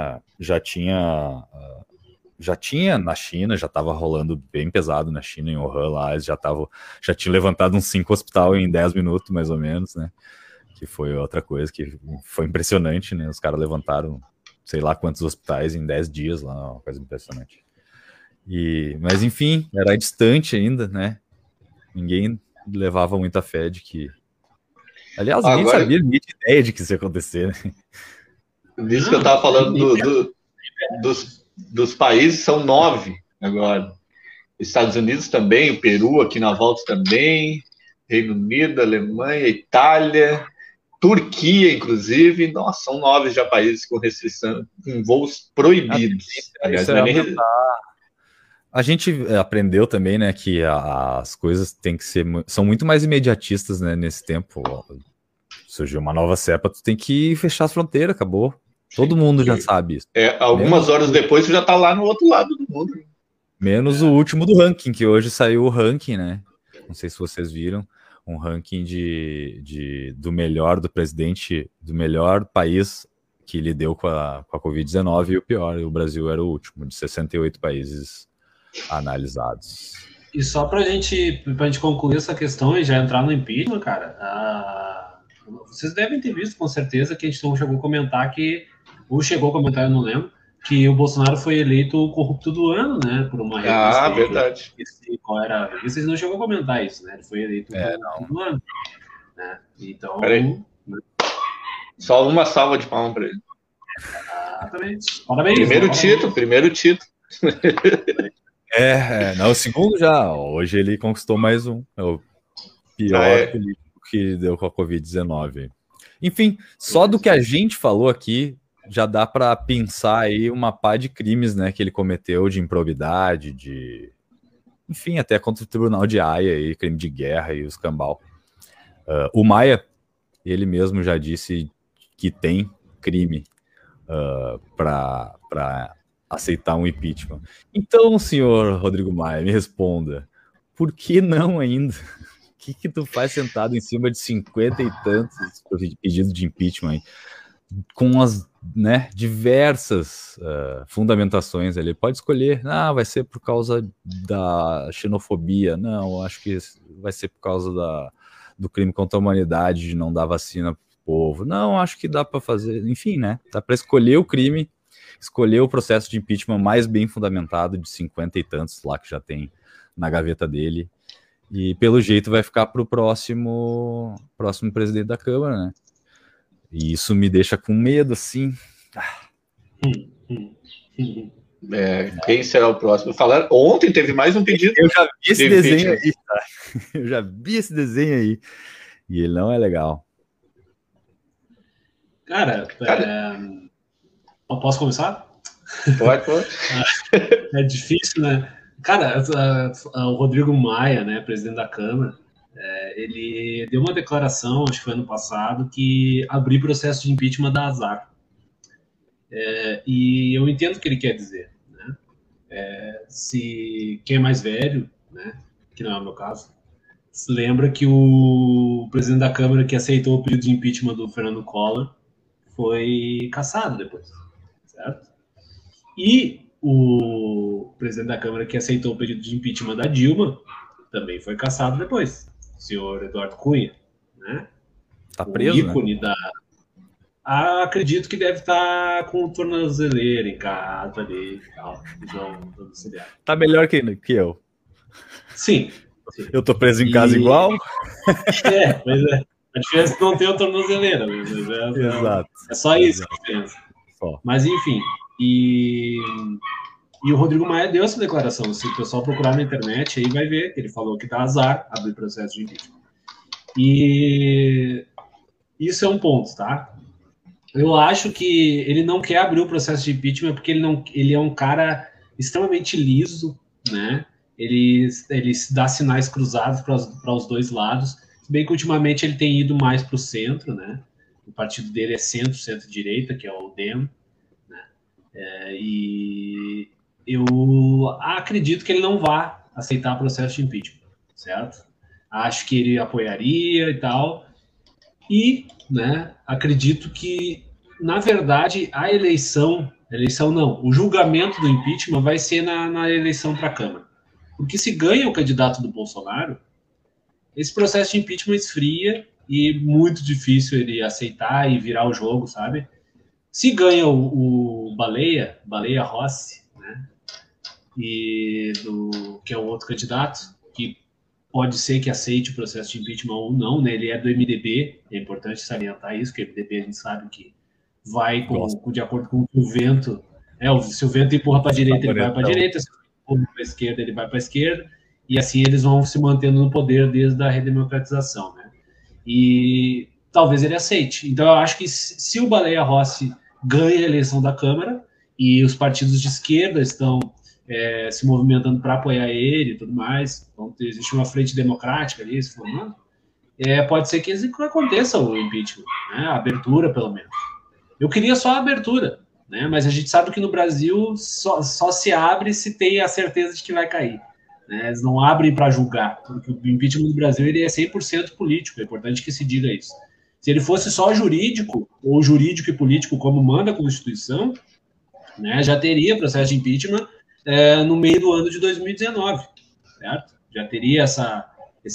tinha na China, já estava rolando bem pesado na China, em Wuhan lá, eles já tinham levantado uns 5 hospitais em 10 minutos, mais ou menos, né? Que foi outra coisa que foi impressionante, né? Os caras levantaram sei lá quantos hospitais em 10 dias lá, uma coisa impressionante. Mas enfim, era distante ainda, né? Ninguém levava muita fé de que... Aliás, ninguém sabia nem de ideia de que isso ia acontecer, né? Disso que eu estava falando dos países, são 9 agora. Estados Unidos também, o Peru aqui na volta também, Reino Unido, Alemanha, Itália, Turquia, inclusive. Nossa, são 9 já países com restrição, com voos proibidos. Aliás, a gente aprendeu também, né, que as coisas são muito mais imediatistas, né, nesse tempo. Surgiu uma nova cepa, tu tem que fechar as fronteiras, acabou. Todo mundo já sabe isso. Algumas horas depois tu já tá lá no outro lado do mundo. Menos o último do ranking, que hoje saiu o ranking, né? Não sei se vocês viram, um ranking do melhor do presidente, do melhor país que lidou com a Covid-19 e o pior. O Brasil era o último, de 68 países analisados. E só pra gente concluir essa questão e já entrar no impeachment, cara, vocês devem ter visto com certeza que a gente não chegou a comentar ou chegou a comentar, eu não lembro, que o Bolsonaro foi eleito o corrupto do ano, né, por uma revista. Verdade. Qual era a revista? Vocês não chegou a comentar isso, né? Ele foi eleito o corrupto do ano. Né? Então... Só uma salva de palmas para ele. Parabéns. Primeiro título. Não, o segundo já. Hoje ele conquistou mais um. É o pior político que deu com a Covid-19. Enfim, só do que a gente falou aqui, já dá para pensar aí uma pá de crimes, né, que ele cometeu de improbidade, enfim, até contra o Tribunal de Haia, e crime de guerra e os cambal. O Maia, ele mesmo já disse que tem crime para aceitar um impeachment. Então, senhor Rodrigo Maia, me responda, por que não ainda? O que tu faz sentado em cima de 50 e tantos pedidos de impeachment aí? Com as diversas fundamentações ali. Pode escolher, vai ser por causa da xenofobia, não, acho que vai ser por causa do crime contra a humanidade, de não dar vacina pro povo, não, acho que dá para fazer, enfim, né, dá para escolher o crime, escolher o processo de impeachment mais bem fundamentado de 50 e tantos lá que já tem na gaveta dele, e pelo jeito vai ficar pro próximo presidente da Câmara, né? E isso me deixa com medo, assim. Quem será o próximo? Ontem teve mais um pedido. Eu já vi esse desenho aí, tá? Eu já vi esse desenho aí. E ele não é legal. Cara, posso começar? Pode. É difícil, né? Cara, o Rodrigo Maia, né, presidente da Câmara, ele deu uma declaração, acho que foi ano passado, que abrir processo de impeachment dá azar. E eu entendo o que ele quer dizer, né? Se quem é mais velho, né, que não é o meu caso, se lembra que o presidente da Câmara que aceitou o pedido de impeachment do Fernando Collor foi cassado depois, certo? E o presidente da Câmara que aceitou o pedido de impeachment da Dilma também foi cassado depois, o senhor Eduardo Cunha, né? Tá preso, o ícone, né? Acredito que deve estar com o tornozeleiro em casa ali e tal. Tá melhor que eu. Sim. Eu tô preso em casa igual? Pois é. A diferença é que não tem o tornozeleiro. Exato. É só isso a diferença. Mas enfim. E o Rodrigo Maia deu essa declaração. Se o pessoal procurar na internet, aí vai ver que ele falou que dá azar abrir processo de impeachment. E isso é um ponto, tá? Eu acho que ele não quer abrir o processo de impeachment porque ele é um cara extremamente liso, né? Ele dá sinais cruzados para os dois lados. Se bem que ultimamente ele tem ido mais para o centro, né? O partido dele é centro-direita, que é o DEM, né? E eu acredito que ele não vá aceitar o processo de impeachment, certo? Acho que ele apoiaria e tal. E, né, acredito que, na verdade, o julgamento do impeachment vai ser na eleição para a Câmara. Porque se ganha o candidato do Bolsonaro, esse processo de impeachment esfria e muito difícil ele aceitar e virar o jogo, sabe? Se ganha o Baleia Rossi, né, que é o outro candidato, que pode ser que aceite o processo de impeachment ou não, né? Ele é do MDB, é importante salientar isso, que o MDB a gente sabe que vai de acordo com o vento. Se o vento empurra para a direita, ele vai para a direita, se o vento empurra para a esquerda, ele vai para a esquerda, e assim eles vão se mantendo no poder desde a redemocratização, né? E talvez ele aceite. Então eu acho que se o Baleia Rossi ganha a eleição da Câmara e os partidos de esquerda estão se movimentando para apoiar ele e tudo mais, então existe uma frente democrática ali se formando, pode ser que aconteça o impeachment, né? A abertura, pelo menos. Eu queria só a abertura, né? Mas a gente sabe que no Brasil só se abre se tem a certeza de que vai cair, né? Eles não abrem para julgar, porque o impeachment no Brasil ele é 100% político, é importante que se diga isso. Se ele fosse só jurídico, ou jurídico e político como manda a Constituição, né, já teria processo de impeachment no meio do ano de 2019, certo? Já teria essa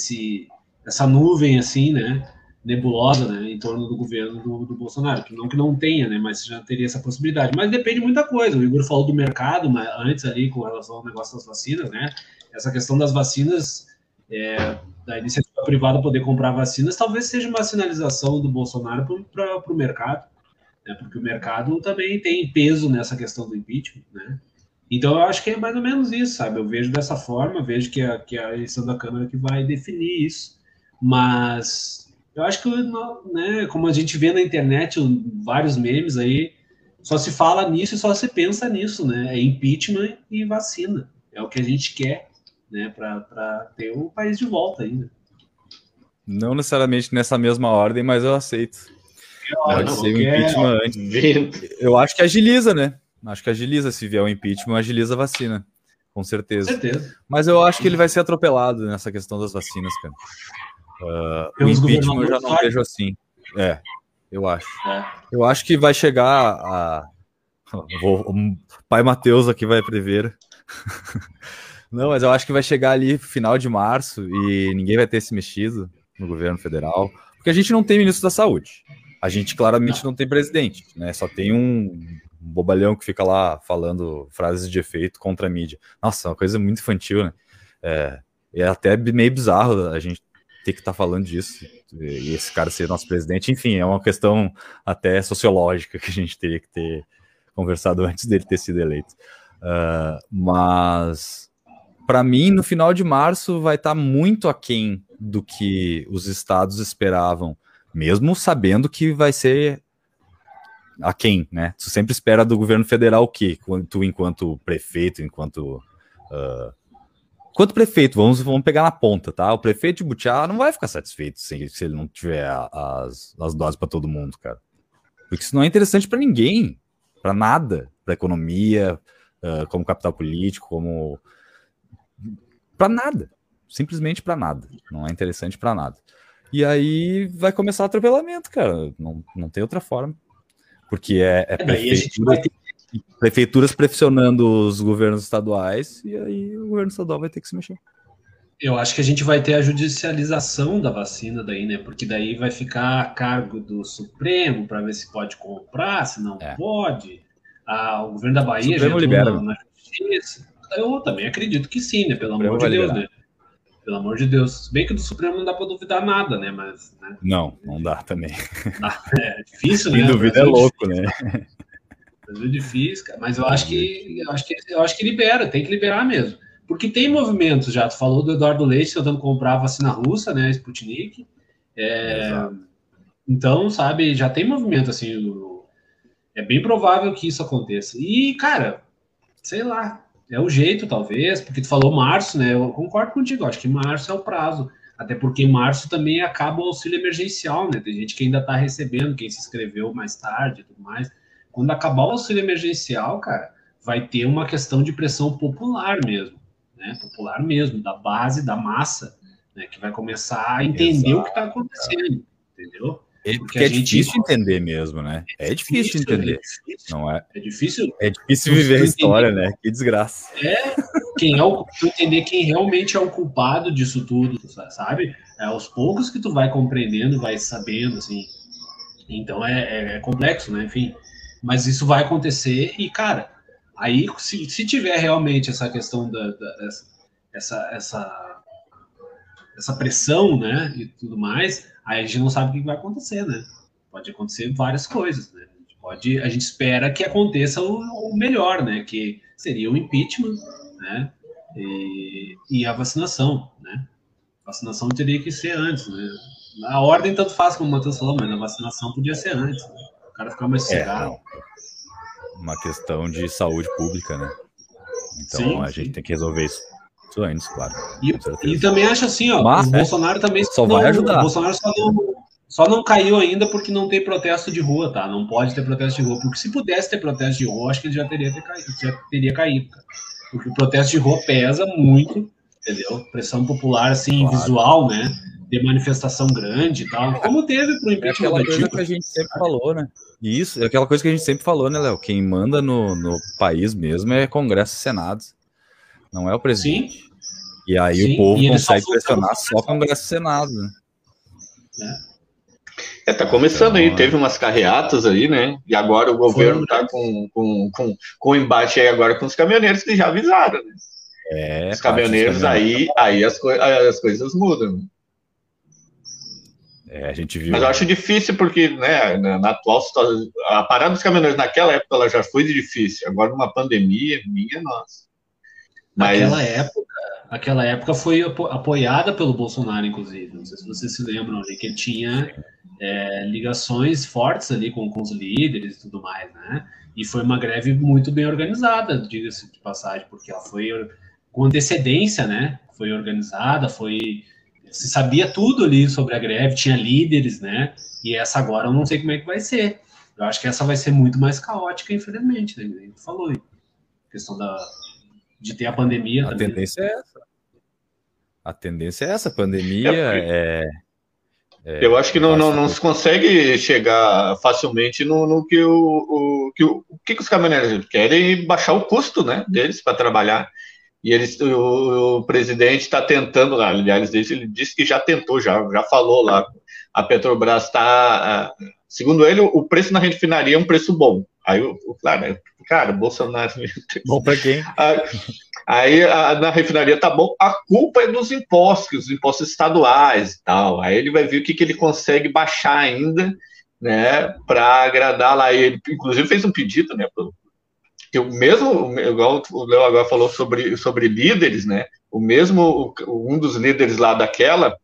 nuvem assim, né, nebulosa, né, em torno do governo do Bolsonaro, que não tenha, né, mas já teria essa possibilidade. Mas depende de muita coisa. O Igor falou do mercado, mas antes ali com relação ao negócio das vacinas, né, essa questão das vacinas, da iniciativa privada poder comprar vacinas, talvez seja uma sinalização do Bolsonaro para o mercado, né, porque o mercado também tem peso nessa questão do impeachment, né. Então, eu acho que é mais ou menos isso, sabe? Eu vejo dessa forma, vejo que a eleição da Câmara que vai definir isso. Mas eu acho que, né, como a gente vê na internet, vários memes aí, só se fala nisso e só se pensa nisso, né? É impeachment e vacina. É o que a gente quer, né? Para ter o país de volta ainda. Não necessariamente nessa mesma ordem, mas eu aceito. Pode ser o impeachment antes. Eu acho que agiliza, né? Acho que agiliza, se vier o impeachment, agiliza a vacina, com certeza. Mas eu acho que ele vai ser atropelado nessa questão das vacinas, cara. O impeachment eu já não vejo assim. Eu acho. Eu acho que vai chegar o pai Matheus aqui vai prever. Não, mas eu acho que vai chegar ali final de março e ninguém vai ter se mexido no governo federal, porque a gente não tem ministro da saúde. A gente claramente não tem presidente, né? Só tem um bobalhão que fica lá falando frases de efeito contra a mídia. Nossa, é uma coisa muito infantil, né? É até meio bizarro a gente ter que estar falando disso e esse cara ser nosso presidente. Enfim, é uma questão até sociológica que a gente teria que ter conversado antes dele ter sido eleito. Mas, para mim, no final de março vai estar muito aquém do que os estados esperavam, mesmo sabendo que vai ser a quem, né? Tu sempre espera do governo federal o quê? Tu, enquanto prefeito, enquanto prefeito, vamos pegar na ponta, tá? O prefeito de Butiá não vai ficar satisfeito se ele não tiver as doses para todo mundo, cara. Porque isso não é interessante para ninguém, para nada, para economia, como capital político, como para nada, simplesmente para nada. Não é interessante para nada. E aí vai começar o atropelamento, cara. Não tem outra forma. Porque prefeituras pressionando os governos estaduais, e aí o governo estadual vai ter que se mexer. Eu acho que a gente vai ter a judicialização da vacina daí, né? Porque daí vai ficar a cargo do Supremo para ver se pode comprar, se não pode. O governo da Bahia já entrou na justiça. Eu também acredito que sim, né? Pelo amor de Deus, né? Pelo amor de Deus. Se bem que do Supremo não dá para duvidar nada, né? Mas, né? Não dá também. É difícil, né? Sem dúvida é louco, né? Brasil é difícil, cara, mas eu acho que libera, tem que liberar mesmo. Porque tem movimentos já, tu falou do Eduardo Leite tentando comprar a vacina russa, né, Sputnik. Então, sabe, já tem movimento, assim, é bem provável que isso aconteça. E, cara, sei lá, é o jeito, talvez, porque tu falou março, né, eu concordo contigo, acho que março é o prazo. Até porque em março também acaba o auxílio emergencial, né? Tem gente que ainda está recebendo, quem se inscreveu mais tarde e tudo mais. Quando acabar o auxílio emergencial, cara, vai ter uma questão de pressão popular mesmo, né? Popular mesmo, da base, da massa, né? Que vai começar a entender o que está acontecendo, entendeu? Porque é difícil entender mesmo, né? É difícil entender. Não é? É difícil. É difícil viver a história, né? Que desgraça. Tu entender quem realmente é o culpado disso tudo, sabe? É aos poucos que tu vai compreendendo, vai sabendo, assim. Então é complexo, né? Enfim, mas isso vai acontecer e, cara, aí se tiver realmente essa questão essa pressão, né, e tudo mais, aí a gente não sabe o que vai acontecer, né? Pode acontecer várias coisas, né? A gente espera que aconteça o melhor, né? Que seria o impeachment, né? E a vacinação, né? A vacinação teria que ser antes, né? A ordem tanto faz como o Matheus falou, mas a vacinação podia ser antes, né? O cara ficar mais sossegado. Uma questão de saúde pública, né? Então a gente tem que resolver isso antes, claro. E também acho assim, ó, mas, o Bolsonaro também só vai ajudar. O Bolsonaro só não caiu ainda porque não tem protesto de rua, tá? Não pode ter protesto de rua, porque se pudesse ter protesto de rua, acho que ele já teria caído, cara. Porque o protesto de rua pesa muito, entendeu? Pressão popular, assim, visual, né? De manifestação grande e tal. Como teve pro impeachment. É aquela coisa que a gente sempre falou, né? Isso, é aquela coisa que a gente sempre falou, né, Léo? Quem manda no país mesmo é Congresso e Senado. Não é o presidente. Sim. E aí o povo consegue pressionar só Congresso e Senado, né? Tá começando aí, teve umas carreatas aí, né? E agora o governo tá com o embate aí agora com os caminhoneiros que já avisaram, né? Os caminhoneiros aí as coisas mudam. A gente viu. Mas eu acho difícil porque, né, na atual situação, a parada dos caminhoneiros naquela época ela já foi difícil. Agora numa pandemia, minha nossa. Mas... Aquela época foi apoiada pelo Bolsonaro, inclusive. Não sei se vocês se lembram ali, que ele tinha ligações fortes ali com os líderes e tudo mais, né? E foi uma greve muito bem organizada, diga-se de passagem, porque ela foi com antecedência, né? Foi organizada, se sabia tudo ali sobre a greve, tinha líderes, né? E essa agora eu não sei como é que vai ser. Eu acho que essa vai ser muito mais caótica, infelizmente, né? Ele falou aí. A questão de ter a pandemia também. Tendência é essa. A tendência é essa. A pandemia eu acho que não se consegue chegar facilmente no que que os caminhoneiros querem baixar o custo, né, deles para trabalhar. E o presidente está tentando, aliás, ele disse que já tentou, já falou lá. A Petrobras está, segundo ele, o preço na refinaria é um preço bom. Aí, cara, Bolsonaro... Bom para quem? Aí na refinaria tá bom, a culpa é dos impostos, os impostos estaduais e tal. Aí ele vai ver o que ele consegue baixar ainda, né, para agradar lá. Ele, inclusive, fez um pedido, né, que o mesmo, igual o Léo agora falou sobre líderes, né, um dos líderes lá daquela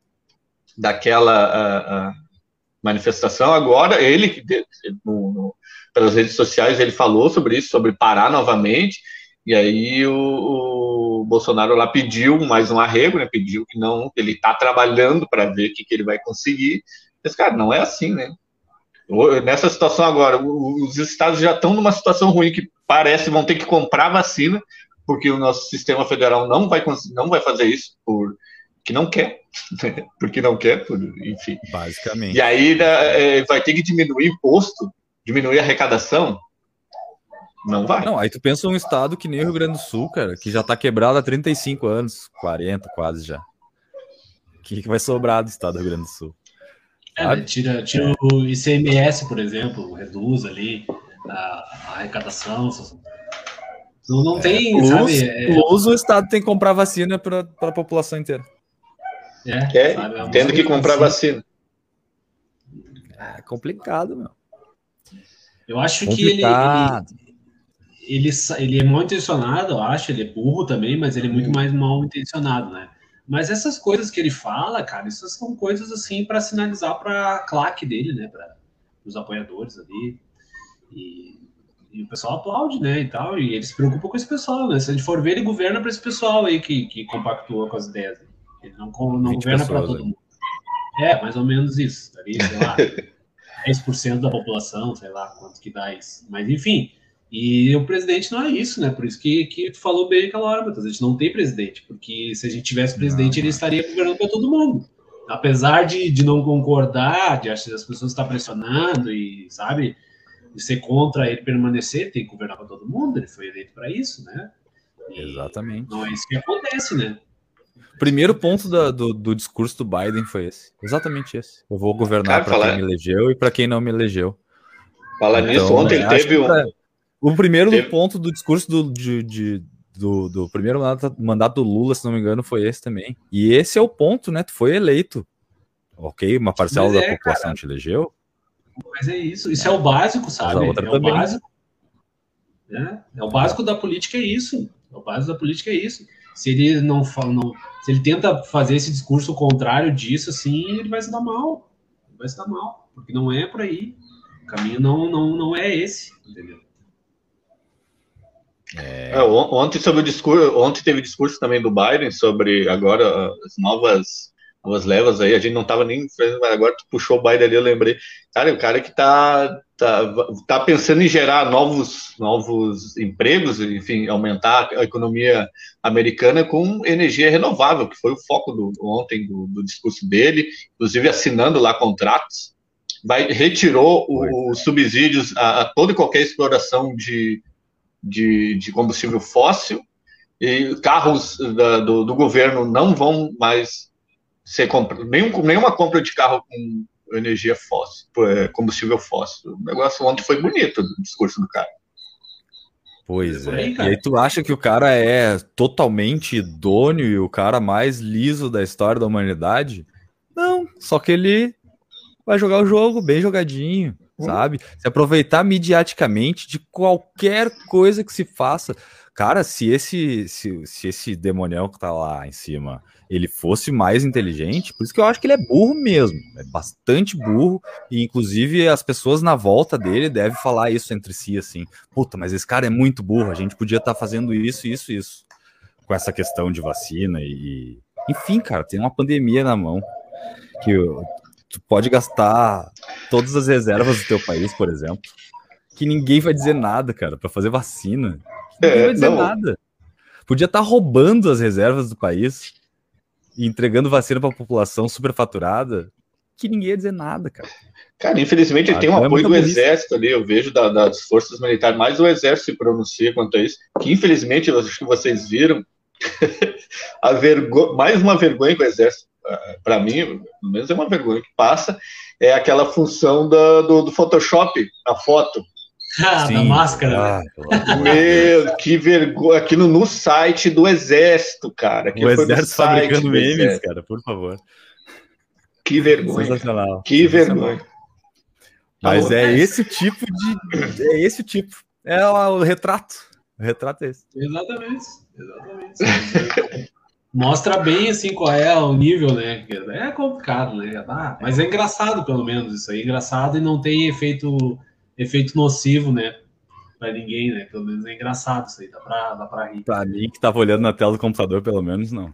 manifestação, agora ele, pelas redes sociais, ele falou sobre isso, sobre parar novamente. E aí o Bolsonaro lá pediu mais um arrego, né? Pediu que ele está trabalhando para ver o que ele vai conseguir. Mas, cara, não é assim, né? Nessa situação agora, os estados já estão numa situação ruim que parece vão ter que comprar vacina, porque o nosso sistema federal não vai fazer isso porque não quer, porque não quer, enfim. Basicamente. E aí vai ter que diminuir imposto, diminuir a arrecadação. Não vai. Não, aí tu pensa um estado que nem o Rio Grande do Sul, cara, que já tá quebrado há 35 anos, 40 quase já. O que vai sobrar do estado do Rio Grande do Sul? Tira o ICMS, por exemplo, reduz ali a arrecadação. Não tem, sabe? Plus o estado tem que comprar vacina para a população inteira. Tendo que comprar vacina. É complicado, meu. Eu acho que ele é mal intencionado, eu acho, ele é burro também, mas ele é muito mais mal intencionado, né? Mas essas coisas que ele fala, cara, essas são coisas assim para sinalizar para a claque dele, né? Para os apoiadores ali. E o pessoal aplaude, né? E tal, e ele se preocupa com esse pessoal, né? Se a gente for ver, ele governa para esse pessoal aí que compactua com as ideias. Ele não governa para todo mundo. É, mais ou menos isso. Ali, sei lá, 10% da população, sei lá quanto que dá isso. Mas enfim. E o presidente não é isso, né? Por isso que tu falou bem aquela hora, Matheus. A gente não tem presidente, porque se a gente tivesse presidente, ele estaria governando para todo mundo. Apesar de não concordar, de achar que as pessoas estão pressionando e, sabe, de ser contra ele permanecer, tem que governar para todo mundo. Ele foi eleito para isso, né? E exatamente. Não é isso que acontece, né? O primeiro ponto do discurso do Biden foi esse. Exatamente esse. Eu vou governar para quem me elegeu e para quem não me elegeu. Falar nisso, ontem ele teve o primeiro ponto do discurso do primeiro mandato do Lula, se não me engano, foi esse também. E esse é o ponto, né? Tu foi eleito. Ok, uma parcela da população te elegeu. Mas é isso. Isso é o básico, sabe? É o básico. É o básico da política, é isso. O básico da política é isso. Se ele não se ele tenta fazer esse discurso contrário disso, assim, ele vai se dar mal. Vai se dar mal. Porque não é por aí. O caminho não é esse, entendeu? Ontem sobre o discurso, ontem teve discurso também do Biden sobre agora as novas levas aí, a gente não tava nem fazendo, mas agora tu puxou o Biden ali, eu lembrei, cara, o cara que tá pensando em gerar novos empregos, enfim, aumentar a economia americana com energia renovável, que foi o foco ontem do discurso dele, inclusive assinando lá contratos, retirou os subsídios a toda e qualquer exploração de combustível fóssil, e carros do governo não vão mais ser nenhuma compra de carro com energia fóssil, combustível fóssil. O negócio ontem foi bonito, o discurso do cara. Pois é. E aí tu acha que o cara é totalmente idôneo e o cara mais liso da história da humanidade? Não, só que ele vai jogar o jogo bem jogadinho, sabe? Se aproveitar midiaticamente de qualquer coisa que se faça. Cara, se esse demonião que tá lá em cima, ele fosse mais inteligente, por isso que eu acho que ele é burro mesmo, é bastante burro, e inclusive as pessoas na volta dele devem falar isso entre si, assim, puta, mas esse cara é muito burro, a gente podia estar fazendo isso, com essa questão de vacina enfim, cara, tem uma pandemia na mão, que tu pode gastar todas as reservas do teu país, por exemplo, que ninguém vai dizer nada, cara, pra fazer vacina. Ninguém vai dizer nada. Podia estar roubando as reservas do país e entregando vacina pra população superfaturada, que ninguém ia dizer nada, cara. Cara, infelizmente ele tem um apoio do exército ali, eu vejo das forças militares, mais o exército se pronuncia quanto a isso, que infelizmente, eu acho que vocês viram, mais uma vergonha que o exército, para mim, pelo menos é uma vergonha que passa, é aquela função do Photoshop, a foto. Da máscara. Meu, que vergonha. Aqui no site do Exército, cara. O Exército fabricando memes, cara, por favor. Que vergonha. Sensacional. Que vergonha. Mas é esse tipo de... É esse tipo. É o retrato. O retrato é esse. Exatamente. Mostra bem, assim, qual é o nível, né? É complicado, né? Mas é engraçado, pelo menos, isso aí. É engraçado e não tem efeito nocivo, né? Pra ninguém, né? Pelo menos é engraçado isso aí, dá pra rir. Pra mim, que tava olhando na tela do computador, pelo menos, não.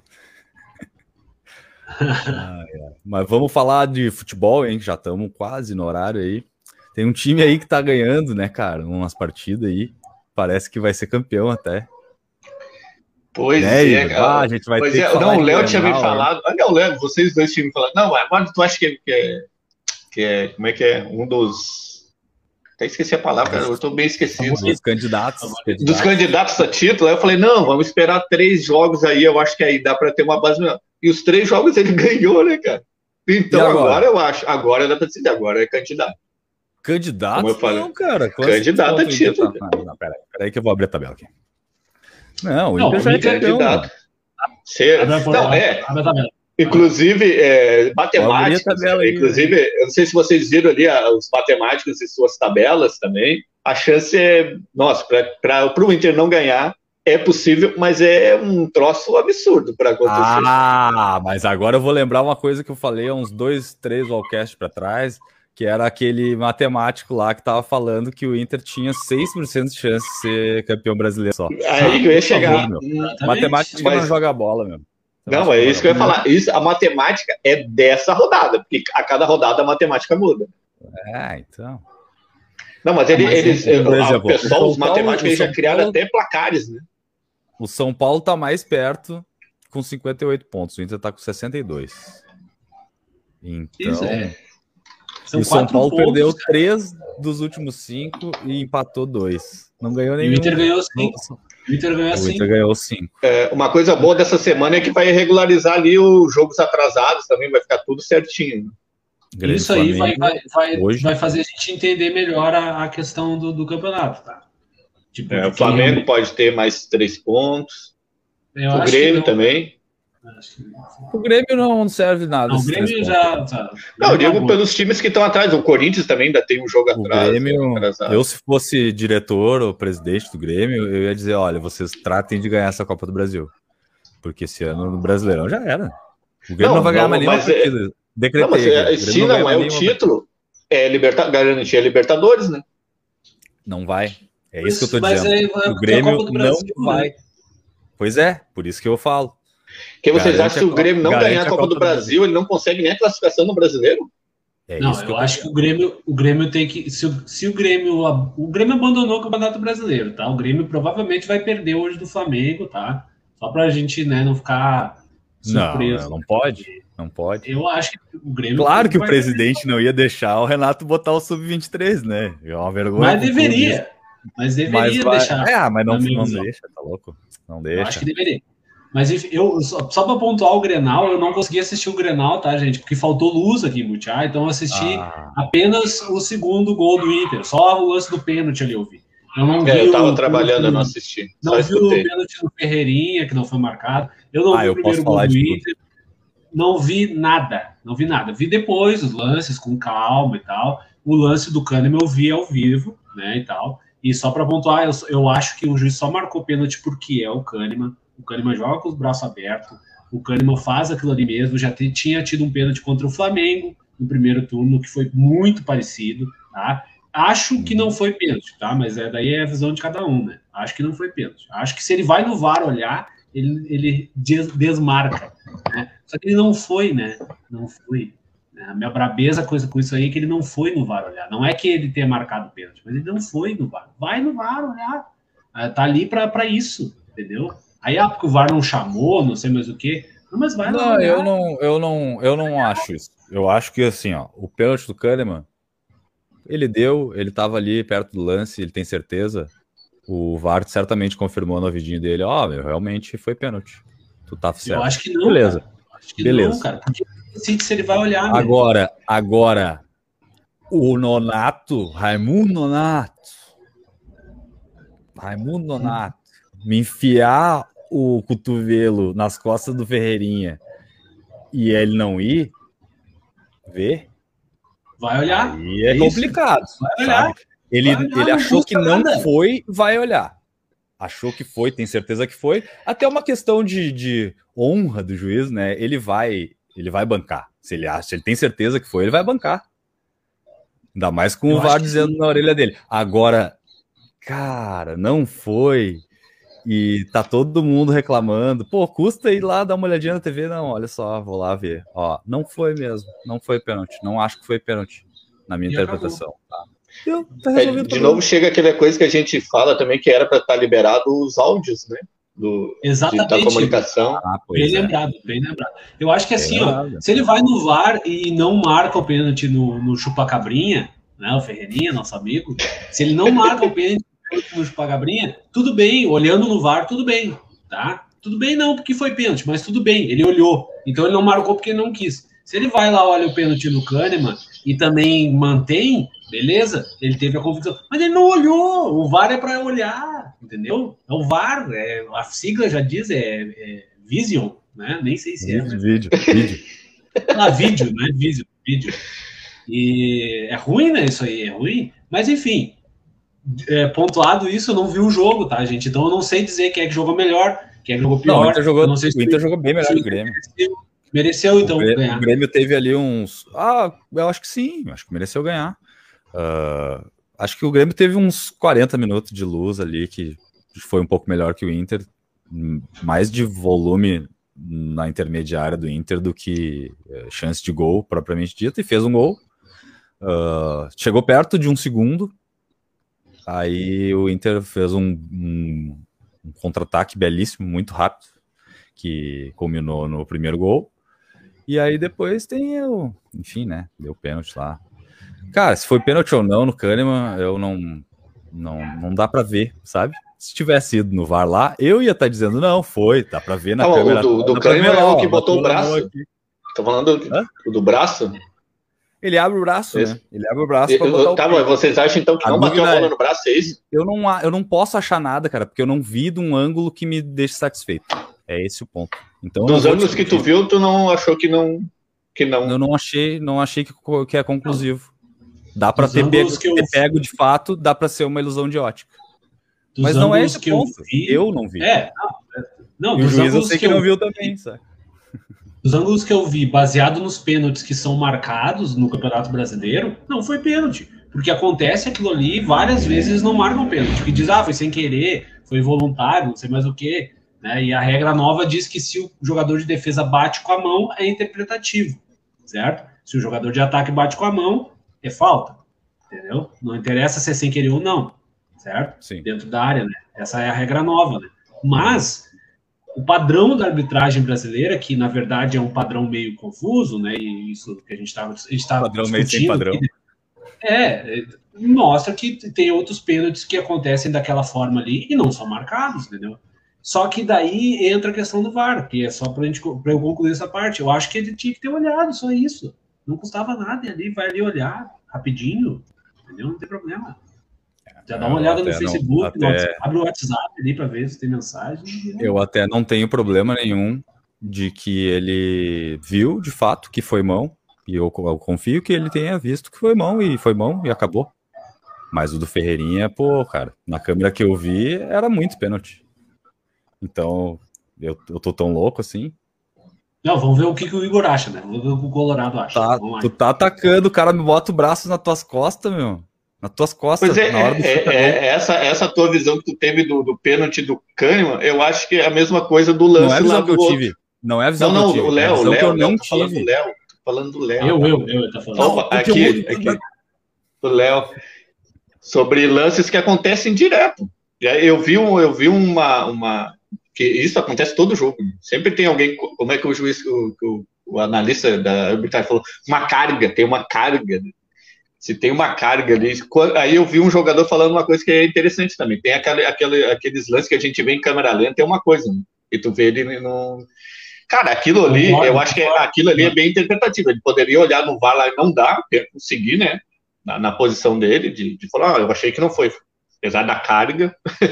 Mas vamos falar de futebol, hein? Já estamos quase no horário aí. Tem um time aí que tá ganhando, né, cara? Umas partidas aí. Parece que vai ser campeão até. Pois é, cara. A gente vai ter que falar. Não, o Léo tinha me falado. Olha, o Léo, vocês dois tinham me falado. Não, agora tu acha que é. Como é que é? Um dos. Até esqueci a palavra, cara. Eu tô bem esquecido. Dos candidatos. Dos candidatos a título. Aí eu falei, não, vamos esperar 3 jogos aí. Eu acho que aí dá pra ter uma base melhor. E os 3 jogos ele ganhou, né, cara? Então agora eu acho. Agora dá pra decidir. Agora é candidato. Candidato? Como eu falei. Não, cara. Candidato a título. Não, peraí que eu vou abrir a tabela aqui. Não, o Inter já é candidato. Inclusive, matemáticas. Inclusive, eu não sei se vocês viram ali os matemáticos e suas tabelas também. a chance é... Nossa, para o Inter não ganhar, é possível, mas é um troço absurdo para acontecer. Ah, mas agora eu vou lembrar uma coisa que eu falei há uns 2, 3 wallcasts para trás, que era aquele matemático lá que tava falando que o Inter tinha 6% de chance de ser campeão brasileiro só. Aí que eu ia chegar. Matemática não joga bola, meu. Não, é isso que eu ia falar. Isso, a matemática é dessa rodada, porque a cada rodada a matemática muda. Então... Não, mas eles exemplo, o pessoal, os matemáticos, eles já criaram até placares, né? O São Paulo tá mais perto com 58 pontos. O Inter tá com 62. Então... Isso é. E o São Paulo pontos, perdeu 3 dos últimos 5 e empatou 2. Não ganhou nenhum. E o Inter ganhou 5. O Inter ganhou 5. Uma coisa boa dessa semana é que vai regularizar ali os jogos atrasados também, vai ficar tudo certinho. Grande isso aí Flamengo, vai fazer a gente entender melhor a questão do campeonato, tá? Tipo, o Flamengo pode ter mais 3 pontos. O Grêmio também. O Grêmio não serve nada. Não, o Grêmio já... Tá, não, eu digo pelos times que estão atrás. O Corinthians também ainda tem um jogo atrás. Grêmio, eu, se fosse diretor ou presidente do Grêmio, eu ia dizer, olha, vocês tratem de ganhar essa Copa do Brasil. Porque esse ano no Brasileirão já era. O Grêmio não vai ganhar mais nenhuma partida. Decretei. Se não é o título, garantir a Libertadores, né? Não vai. É isso que eu tô dizendo. O Grêmio não vai. Pois é, por isso que eu falo. Que vocês acham que o Grêmio não ganhar a Copa do Brasil, ele não consegue nem a classificação no Brasileiro? Eu acho que o Grêmio tem que... Se o Grêmio abandonou o Campeonato Brasileiro, tá? O Grêmio provavelmente vai perder hoje do Flamengo, tá? Só pra gente, né, não ficar surpreso. Não pode. Não pode. Eu acho que o Grêmio... Claro que o presidente não ia deixar o Renato botar o Sub-23, né? É uma vergonha. Mas deveria. Deixar. Mas não deixa, tá louco? Não deixa. Eu acho que deveria. Mas só para pontuar o Grenal, eu não consegui assistir o Grenal, tá, gente? Porque faltou luz aqui em Butiá, então eu assisti apenas o segundo gol do Inter, só o lance do pênalti ali eu vi. Eu não vi eu tava trabalhando, eu não assisti. Não vi o pênalti do Ferreirinha, que não foi marcado. Eu não vi o primeiro gol do Inter. Não vi nada. Vi depois os lances com calma e tal. O lance do Kahneman eu vi ao vivo, né, e tal. E só para pontuar, eu acho que o juiz só marcou pênalti porque é o Kahneman. O Kahneman joga com os braços abertos, o Kahneman faz aquilo ali mesmo, já tinha tido um pênalti contra o Flamengo no primeiro turno, que foi muito parecido, tá? Acho que não foi pênalti, tá? Mas daí é a visão de cada um, né? Acho que não foi pênalti. Acho que se ele vai no VAR olhar, ele desmarca, né? Só que ele não foi, né? Não foi. A minha brabeza com isso aí é que ele não foi no VAR olhar. Não é que ele tenha marcado pênalti, mas ele não foi no VAR. Vai no VAR olhar. Tá ali para isso, entendeu? Aí, porque o VAR não chamou, não sei mais o quê. Mas vai lá. Eu não acho isso. Eu acho que, assim, o pênalti do Kahneman, ele tava ali perto do lance, ele tem certeza. O VAR certamente confirmou no vidinho dele, realmente foi pênalti. Tu tá certo. Eu acho que não, beleza. Cara. Acho que não, cara. Porque decide se ele vai olhar. Agora, o Nonato, Raimundo Nonato, me enfiar o cotovelo nas costas do Ferreirinha e ele não ir, vai olhar. Aí é complicado. Vai olhar. Ele achou que não foi, vai olhar. Achou que foi, tem certeza que foi. Até uma questão de honra do juiz, né? Ele vai bancar. Se ele tem certeza que foi, ele vai bancar. Ainda mais com o VAR dizendo na orelha dele. Agora, cara, não foi. E tá todo mundo reclamando. Pô, custa ir lá dar uma olhadinha na TV? Não, olha só, vou lá ver. Não foi mesmo. Não foi pênalti. Não acho que foi pênalti, na minha interpretação. Tá resolvido. De novo chega aquela coisa que a gente fala também, que era para estar liberado os áudios, né? Da comunicação. Bem lembrado. Eu acho que assim, se ele vai no VAR e não marca o pênalti no chupa-cabrinha, né? O Ferreirinha, nosso amigo, se ele não marca o pênalti no chupa-cabrinha, tudo bem, olhando no VAR, tudo bem, tá? Tudo bem não, porque foi pênalti, mas tudo bem, ele olhou, então ele não marcou porque ele não quis. Se ele vai lá, olha o pênalti no Kahneman e também mantém, beleza, ele teve a convicção, mas ele não olhou, o VAR é para olhar, entendeu? É o VAR, a sigla já diz, Vision, né? Nem sei se é. Vídeo. Vídeo, né? Vídeo. E é ruim, né? Isso aí é ruim, mas enfim. pontuado isso, eu não vi o jogo, tá, gente? Então eu não sei dizer quem é que jogou melhor, quem é que jogou pior. Não, não sei o Inter jogou bem melhor que o Grêmio. Mereceu então ganhar. O Grêmio teve ali uns... eu acho que sim, acho que mereceu ganhar. Acho que o Grêmio teve uns 40 minutos de luz ali, que foi um pouco melhor que o Inter, mais de volume na intermediária do Inter do que chance de gol propriamente dito, e fez um gol. Chegou perto de um segundo, aí o Inter fez um contra-ataque belíssimo, muito rápido, que culminou no primeiro gol, e aí depois tem enfim, né, deu pênalti lá. Cara, se foi pênalti ou não no Kahneman, eu não dá pra ver, sabe? Se tivesse ido no VAR lá, eu ia estar dizendo, não, foi, dá pra ver na câmera. Do Kahneman é o que botou o braço. Tô falando do braço? Ele abre o braço, né? Ele abre o braço pra botar Tá, mas vocês acham então que não bateu a bola no braço, é isso? Eu não posso achar nada, cara, porque eu não vi de um ângulo que me deixe satisfeito. É esse o ponto. Então, dos ângulos que tu viu, tu não achou que não? Eu não achei que é conclusivo. Dá pra ter pego de fato, dá pra ser uma ilusão de ótica. Mas não é esse ponto. Eu não vi. Não, e o juiz eu sei que não viu também, sabe? Os ângulos que eu vi, baseado nos pênaltis que são marcados no Campeonato Brasileiro, não foi pênalti. Porque acontece aquilo ali, várias vezes não marcam pênalti. Que diz, foi sem querer, foi voluntário, não sei mais o quê. Né? E a regra nova diz que se o jogador de defesa bate com a mão, é interpretativo. Certo? Se o jogador de ataque bate com a mão, é falta. Entendeu? Não interessa se é sem querer ou não. Certo? Sim. Dentro da área, né? Essa é a regra nova, né? Mas o padrão da arbitragem brasileira, que na verdade é um padrão meio confuso, né? E isso que a gente estava padrão meio sem padrão. Mostra que tem outros pênaltis que acontecem daquela forma ali e não são marcados, entendeu? Só que daí entra a questão do VAR, que é só para eu concluir essa parte. Eu acho que ele tinha que ter olhado, só isso. Não custava nada, ele vai ali olhar rapidinho, entendeu? Não tem problema. Já dá uma olhada no Facebook, abre o WhatsApp ali para ver se tem mensagem. Eu até não tenho problema nenhum de que ele viu, de fato, que foi mão, e eu confio que ele tenha visto que foi mão e acabou. Mas o do Ferreirinha, cara, na câmera que eu vi, era muito pênalti. Então, eu tô tão louco assim. Não, vamos ver o que o Igor acha, né? Vamos ver o que o Colorado acha. Tu tá atacando, o cara me bota o braço nas tuas costas, meu. Nas tuas costas. Pois essa tua visão que tu teve do pênalti do Kahneman, eu acho que é a mesma coisa do lance lá do Não é a visão que eu tive. Não é a visão que eu tive. O Léo, que eu não tive. Tô falando do Léo. Eu tá falando. Não, aqui. O Léo. Sobre lances que acontecem direto. Eu vi uma que isso acontece todo jogo. Sempre tem alguém, como é que o juiz, o analista da arbitragem falou, tem uma carga. Se tem uma carga ali. Aí eu vi um jogador falando uma coisa que é interessante também. Tem aqueles lances que a gente vê em câmera lenta, é uma coisa, né? E tu vê ele no... Cara, aquilo ali, eu acho que aquilo ali é bem interpretativo. Ele poderia olhar no VAR lá e não dá, conseguir, né? Na posição dele, de falar, eu achei que não foi. Apesar da carga.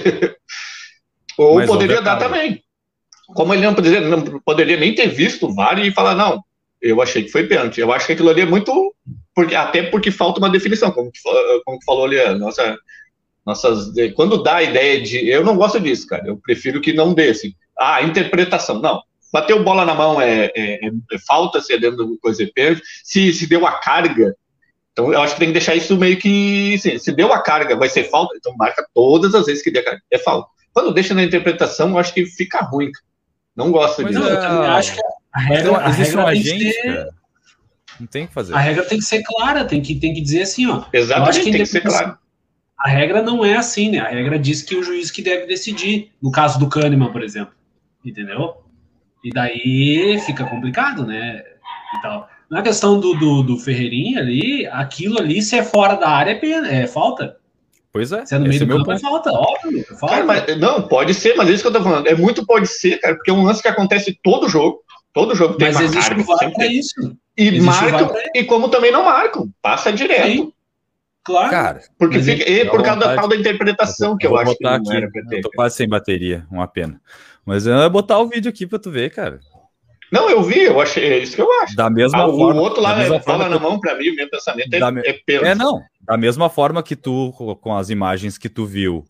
Ou mas poderia dar também. Como ele não poderia nem ter visto o VAR e falar, não, eu achei que foi pênalti. Eu acho que aquilo ali é muito... até porque falta uma definição, como tu falou ali, quando dá a ideia de... Eu não gosto disso, cara. Eu prefiro que não dê, assim. Interpretação. Não. Bateu bola na mão é falta, se é dentro do coisa de pênalti. Se deu a carga... Então, eu acho que tem que deixar isso meio que... Assim, se deu a carga, vai ser falta? Então, marca todas as vezes que der carga. É falta. Quando deixa na interpretação, eu acho que fica ruim. Não gosto disso. Eu também acho que a regra tem que ser... Cara. Não tem o que fazer. A regra tem que ser clara, tem que dizer assim, ó. Exatamente, tem que ser claro. A regra não é assim, né? A regra diz que o juiz que deve decidir. No caso do Kahneman, por exemplo. Entendeu? E daí fica complicado, né? E tal. Na questão do Ferreirinha ali, aquilo ali, se é fora da área, é falta. Pois é. Se é no meio do campo, é falta, óbvio. É falta. Cara, mas, não, pode ser, mas é isso que eu tô falando. É muito pode ser, cara, porque é um lance que acontece todo jogo. Todo jogo tem mas uma existe carga. Um VAR pra isso. E marcam, e como também não marcam, passa direto. Sim, claro. Cara, porque fica, por causa da tal da interpretação que eu acho que não aqui, era pra ter. Eu tô quase sem bateria, uma pena. Mas eu vou botar o vídeo aqui pra tu ver, cara. Não, eu vi, eu achei, é isso que eu acho. Da mesma forma. O outro lá, bola na que... mão, pra mim, o meu pensamento é pênalti. Não. Da mesma forma que tu, com as imagens que tu viu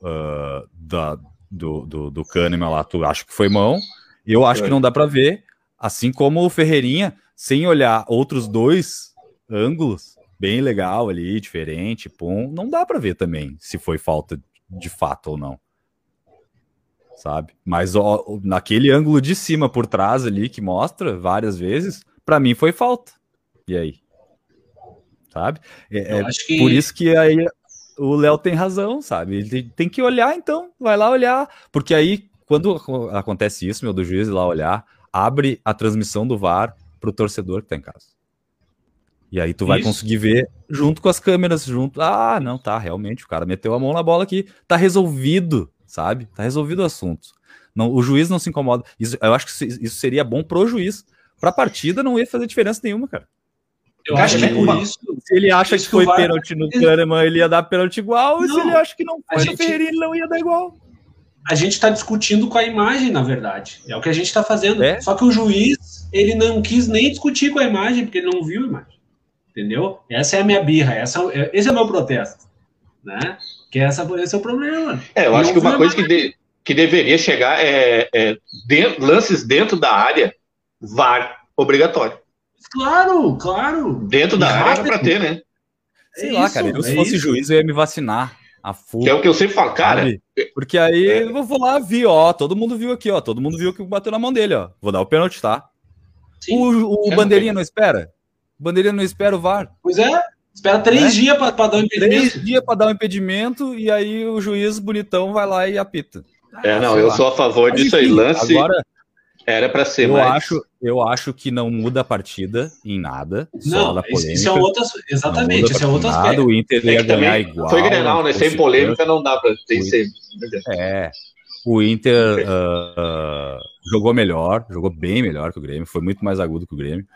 do Kahneman lá, tu acha que foi mão, eu acho que não dá pra ver, assim como o Ferreirinha, sem olhar outros dois ângulos, bem legal ali, diferente, pum, não dá pra ver também se foi falta de fato ou não. Sabe? Mas ó, naquele ângulo de cima por trás ali que mostra várias vezes, pra mim foi falta. E aí? Sabe? Por isso que aí o Léo tem razão, sabe? Ele tem que olhar, então, vai lá olhar. Porque aí, quando acontece isso, do juiz ir lá olhar, abre a transmissão do VAR pro torcedor que tá em casa. E aí tu vai conseguir ver junto com as câmeras, Ah, não, tá, realmente, o cara meteu a mão na bola aqui, tá resolvido, sabe? Tá resolvido o assunto. Não, o juiz não se incomoda. Eu acho que isso seria bom pro juiz. Pra partida não ia fazer diferença nenhuma, cara. Eu acho que por isso... Se ele acha que foi pênalti no Kahneman, ele ia dar pênalti igual, e se ele acha que não foi no Ferreirinha, ele não ia dar igual. A gente tá discutindo com a imagem, na verdade. É o que a gente tá fazendo. Só que o juiz, ele não quis nem discutir com a imagem, porque ele não viu a imagem. Entendeu? Essa é a minha birra, esse é o meu protesto. Né? Que esse é o problema. Eu acho que uma coisa que deveria chegar lances dentro da área, VAR obrigatório. Claro. Dentro da área era pra ter, né? Sei lá, cara. Eu, se fosse juiz, eu ia me vacinar a full. Que é o que eu sempre falo, cara. Sabe? Porque aí eu vou lá, todo mundo viu aqui, ó. Todo mundo viu que bateu na mão dele, ó. Vou dar o pênalti, tá? O Bandeirinha não espera? O Bandeirinha não espera o VAR? Pois é. Espera 3 dias pra dar um impedimento. 3 dias pra dar um impedimento e aí o juiz bonitão vai lá e apita. Eu sou a favor disso aí. Lance agora, era pra ser mais... Eu acho que não muda a partida em nada. Não, da polêmica, isso é outro... Exatamente, isso é outro aspecto. O Inter ia ganhar igual. Foi Grenal, né? Sem polêmica não dá pra ter sempre. O Inter jogou melhor, jogou bem melhor que o Grêmio, foi muito mais agudo que o Grêmio.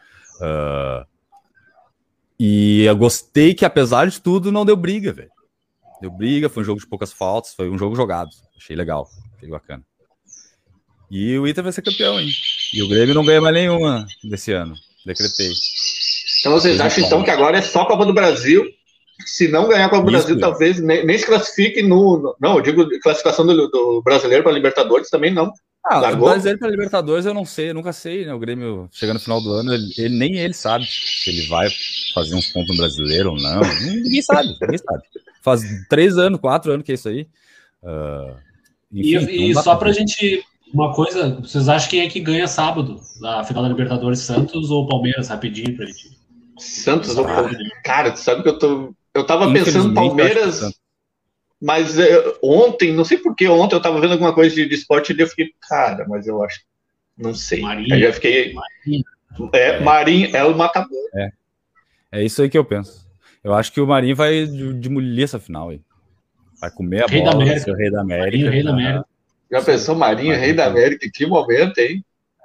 E eu gostei que, apesar de tudo, não deu briga, velho. Deu briga, foi um jogo de poucas faltas, foi um jogo jogado. Achei legal, achei bacana. E o Inter vai ser campeão, hein? E o Grêmio não ganha mais nenhuma desse ano. Decretei. Então vocês acham então que agora é só a Copa do Brasil? Se não ganhar a Copa do Brasil, talvez nem se classifique no... Não, eu digo classificação do brasileiro para Libertadores também não. O brasileiro para Libertadores eu não sei, eu nunca sei, né? O Grêmio chega no final do ano, nem ele sabe se ele vai fazer uns pontos no brasileiro ou não. Ninguém sabe. Faz 3 anos, 4 anos que é isso aí. Enfim, e só pra gente... Uma coisa, vocês acham quem é que ganha sábado na final da Libertadores, Santos ou Palmeiras? Rapidinho pra gente. Santos ou Palmeiras? Cara, tu sabe que eu tava pensando Palmeiras, mas ontem, não sei porquê, ontem eu tava vendo alguma coisa de esporte e eu fiquei, cara, mas eu acho, não sei. Marinho, aí eu fiquei... Marinho é o matador. É isso aí que eu penso. Eu acho que o Marinho vai demolir essa final aí. Vai comer a bola, vai ser o Rei da América. Marinho, Rei da América. Já pensou Marinho, Rei da América? Que momento, hein?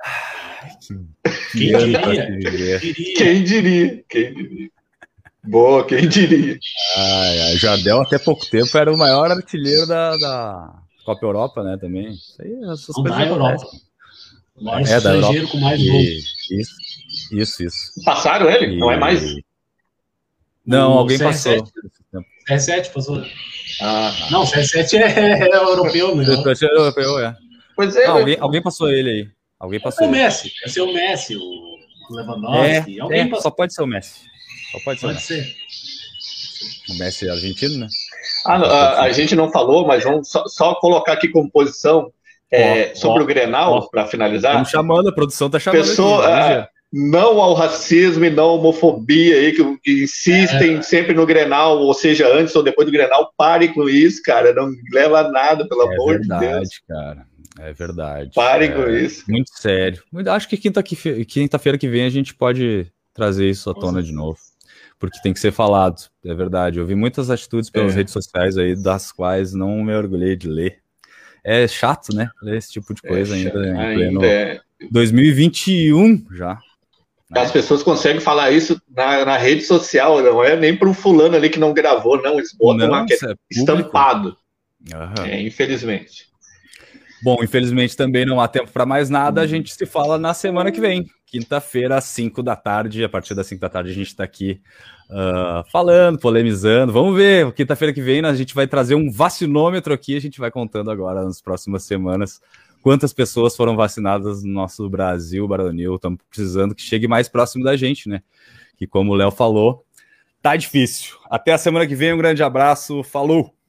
Quem diria? Boa, quem diria? O Jardel até pouco tempo era o maior artilheiro da Copa Europa, né, também. Isso aí, essas coisas da Europa. O maior estrangeiro com mais gols. Isso. Passaram ele? Não é mais? Não, alguém passou. CR7 passou. Não, o CR7 é europeu, né? É europeu, Pois é. Alguém passou ele aí. Alguém passou. O Messi. Vai ser o Messi, o Lewandowski. Só pode ser o Messi. Pode ser. O Messi é argentino, né? A gente não falou, mas vamos só colocar aqui como posição sobre o Grenal, para finalizar. Estamos chamando, a produção está chamando. Não ao racismo e não à homofobia aí, que insistem sempre no Grenal, ou seja, antes ou depois do Grenal, pare com isso, cara, não leva a nada, pelo amor de Deus. É verdade, cara, é verdade. Pare com isso. Muito sério. Acho que quinta-feira que vem a gente pode trazer isso à tona de novo, porque tem que ser falado, é verdade. Eu vi muitas atitudes pelas redes sociais aí, das quais não me orgulhei de ler. É chato, né, ler esse tipo de coisa ainda em pleno 2021 já. As pessoas conseguem falar isso na rede social, não é nem para um fulano ali que não gravou, não, eles botam estampado. Infelizmente. Bom, infelizmente também não há tempo para mais nada. A gente se fala na semana que vem, quinta-feira, às 5 da tarde. A partir das 5 da tarde a gente está aqui falando, polemizando. Vamos ver, quinta-feira que vem a gente vai trazer um vacinômetro aqui. A gente vai contando agora nas próximas semanas quantas pessoas foram vacinadas no nosso Brasil, Baronil. Estamos precisando que chegue mais próximo da gente, né? Que como o Léo falou, tá difícil. Até a semana que vem, um grande abraço, falou!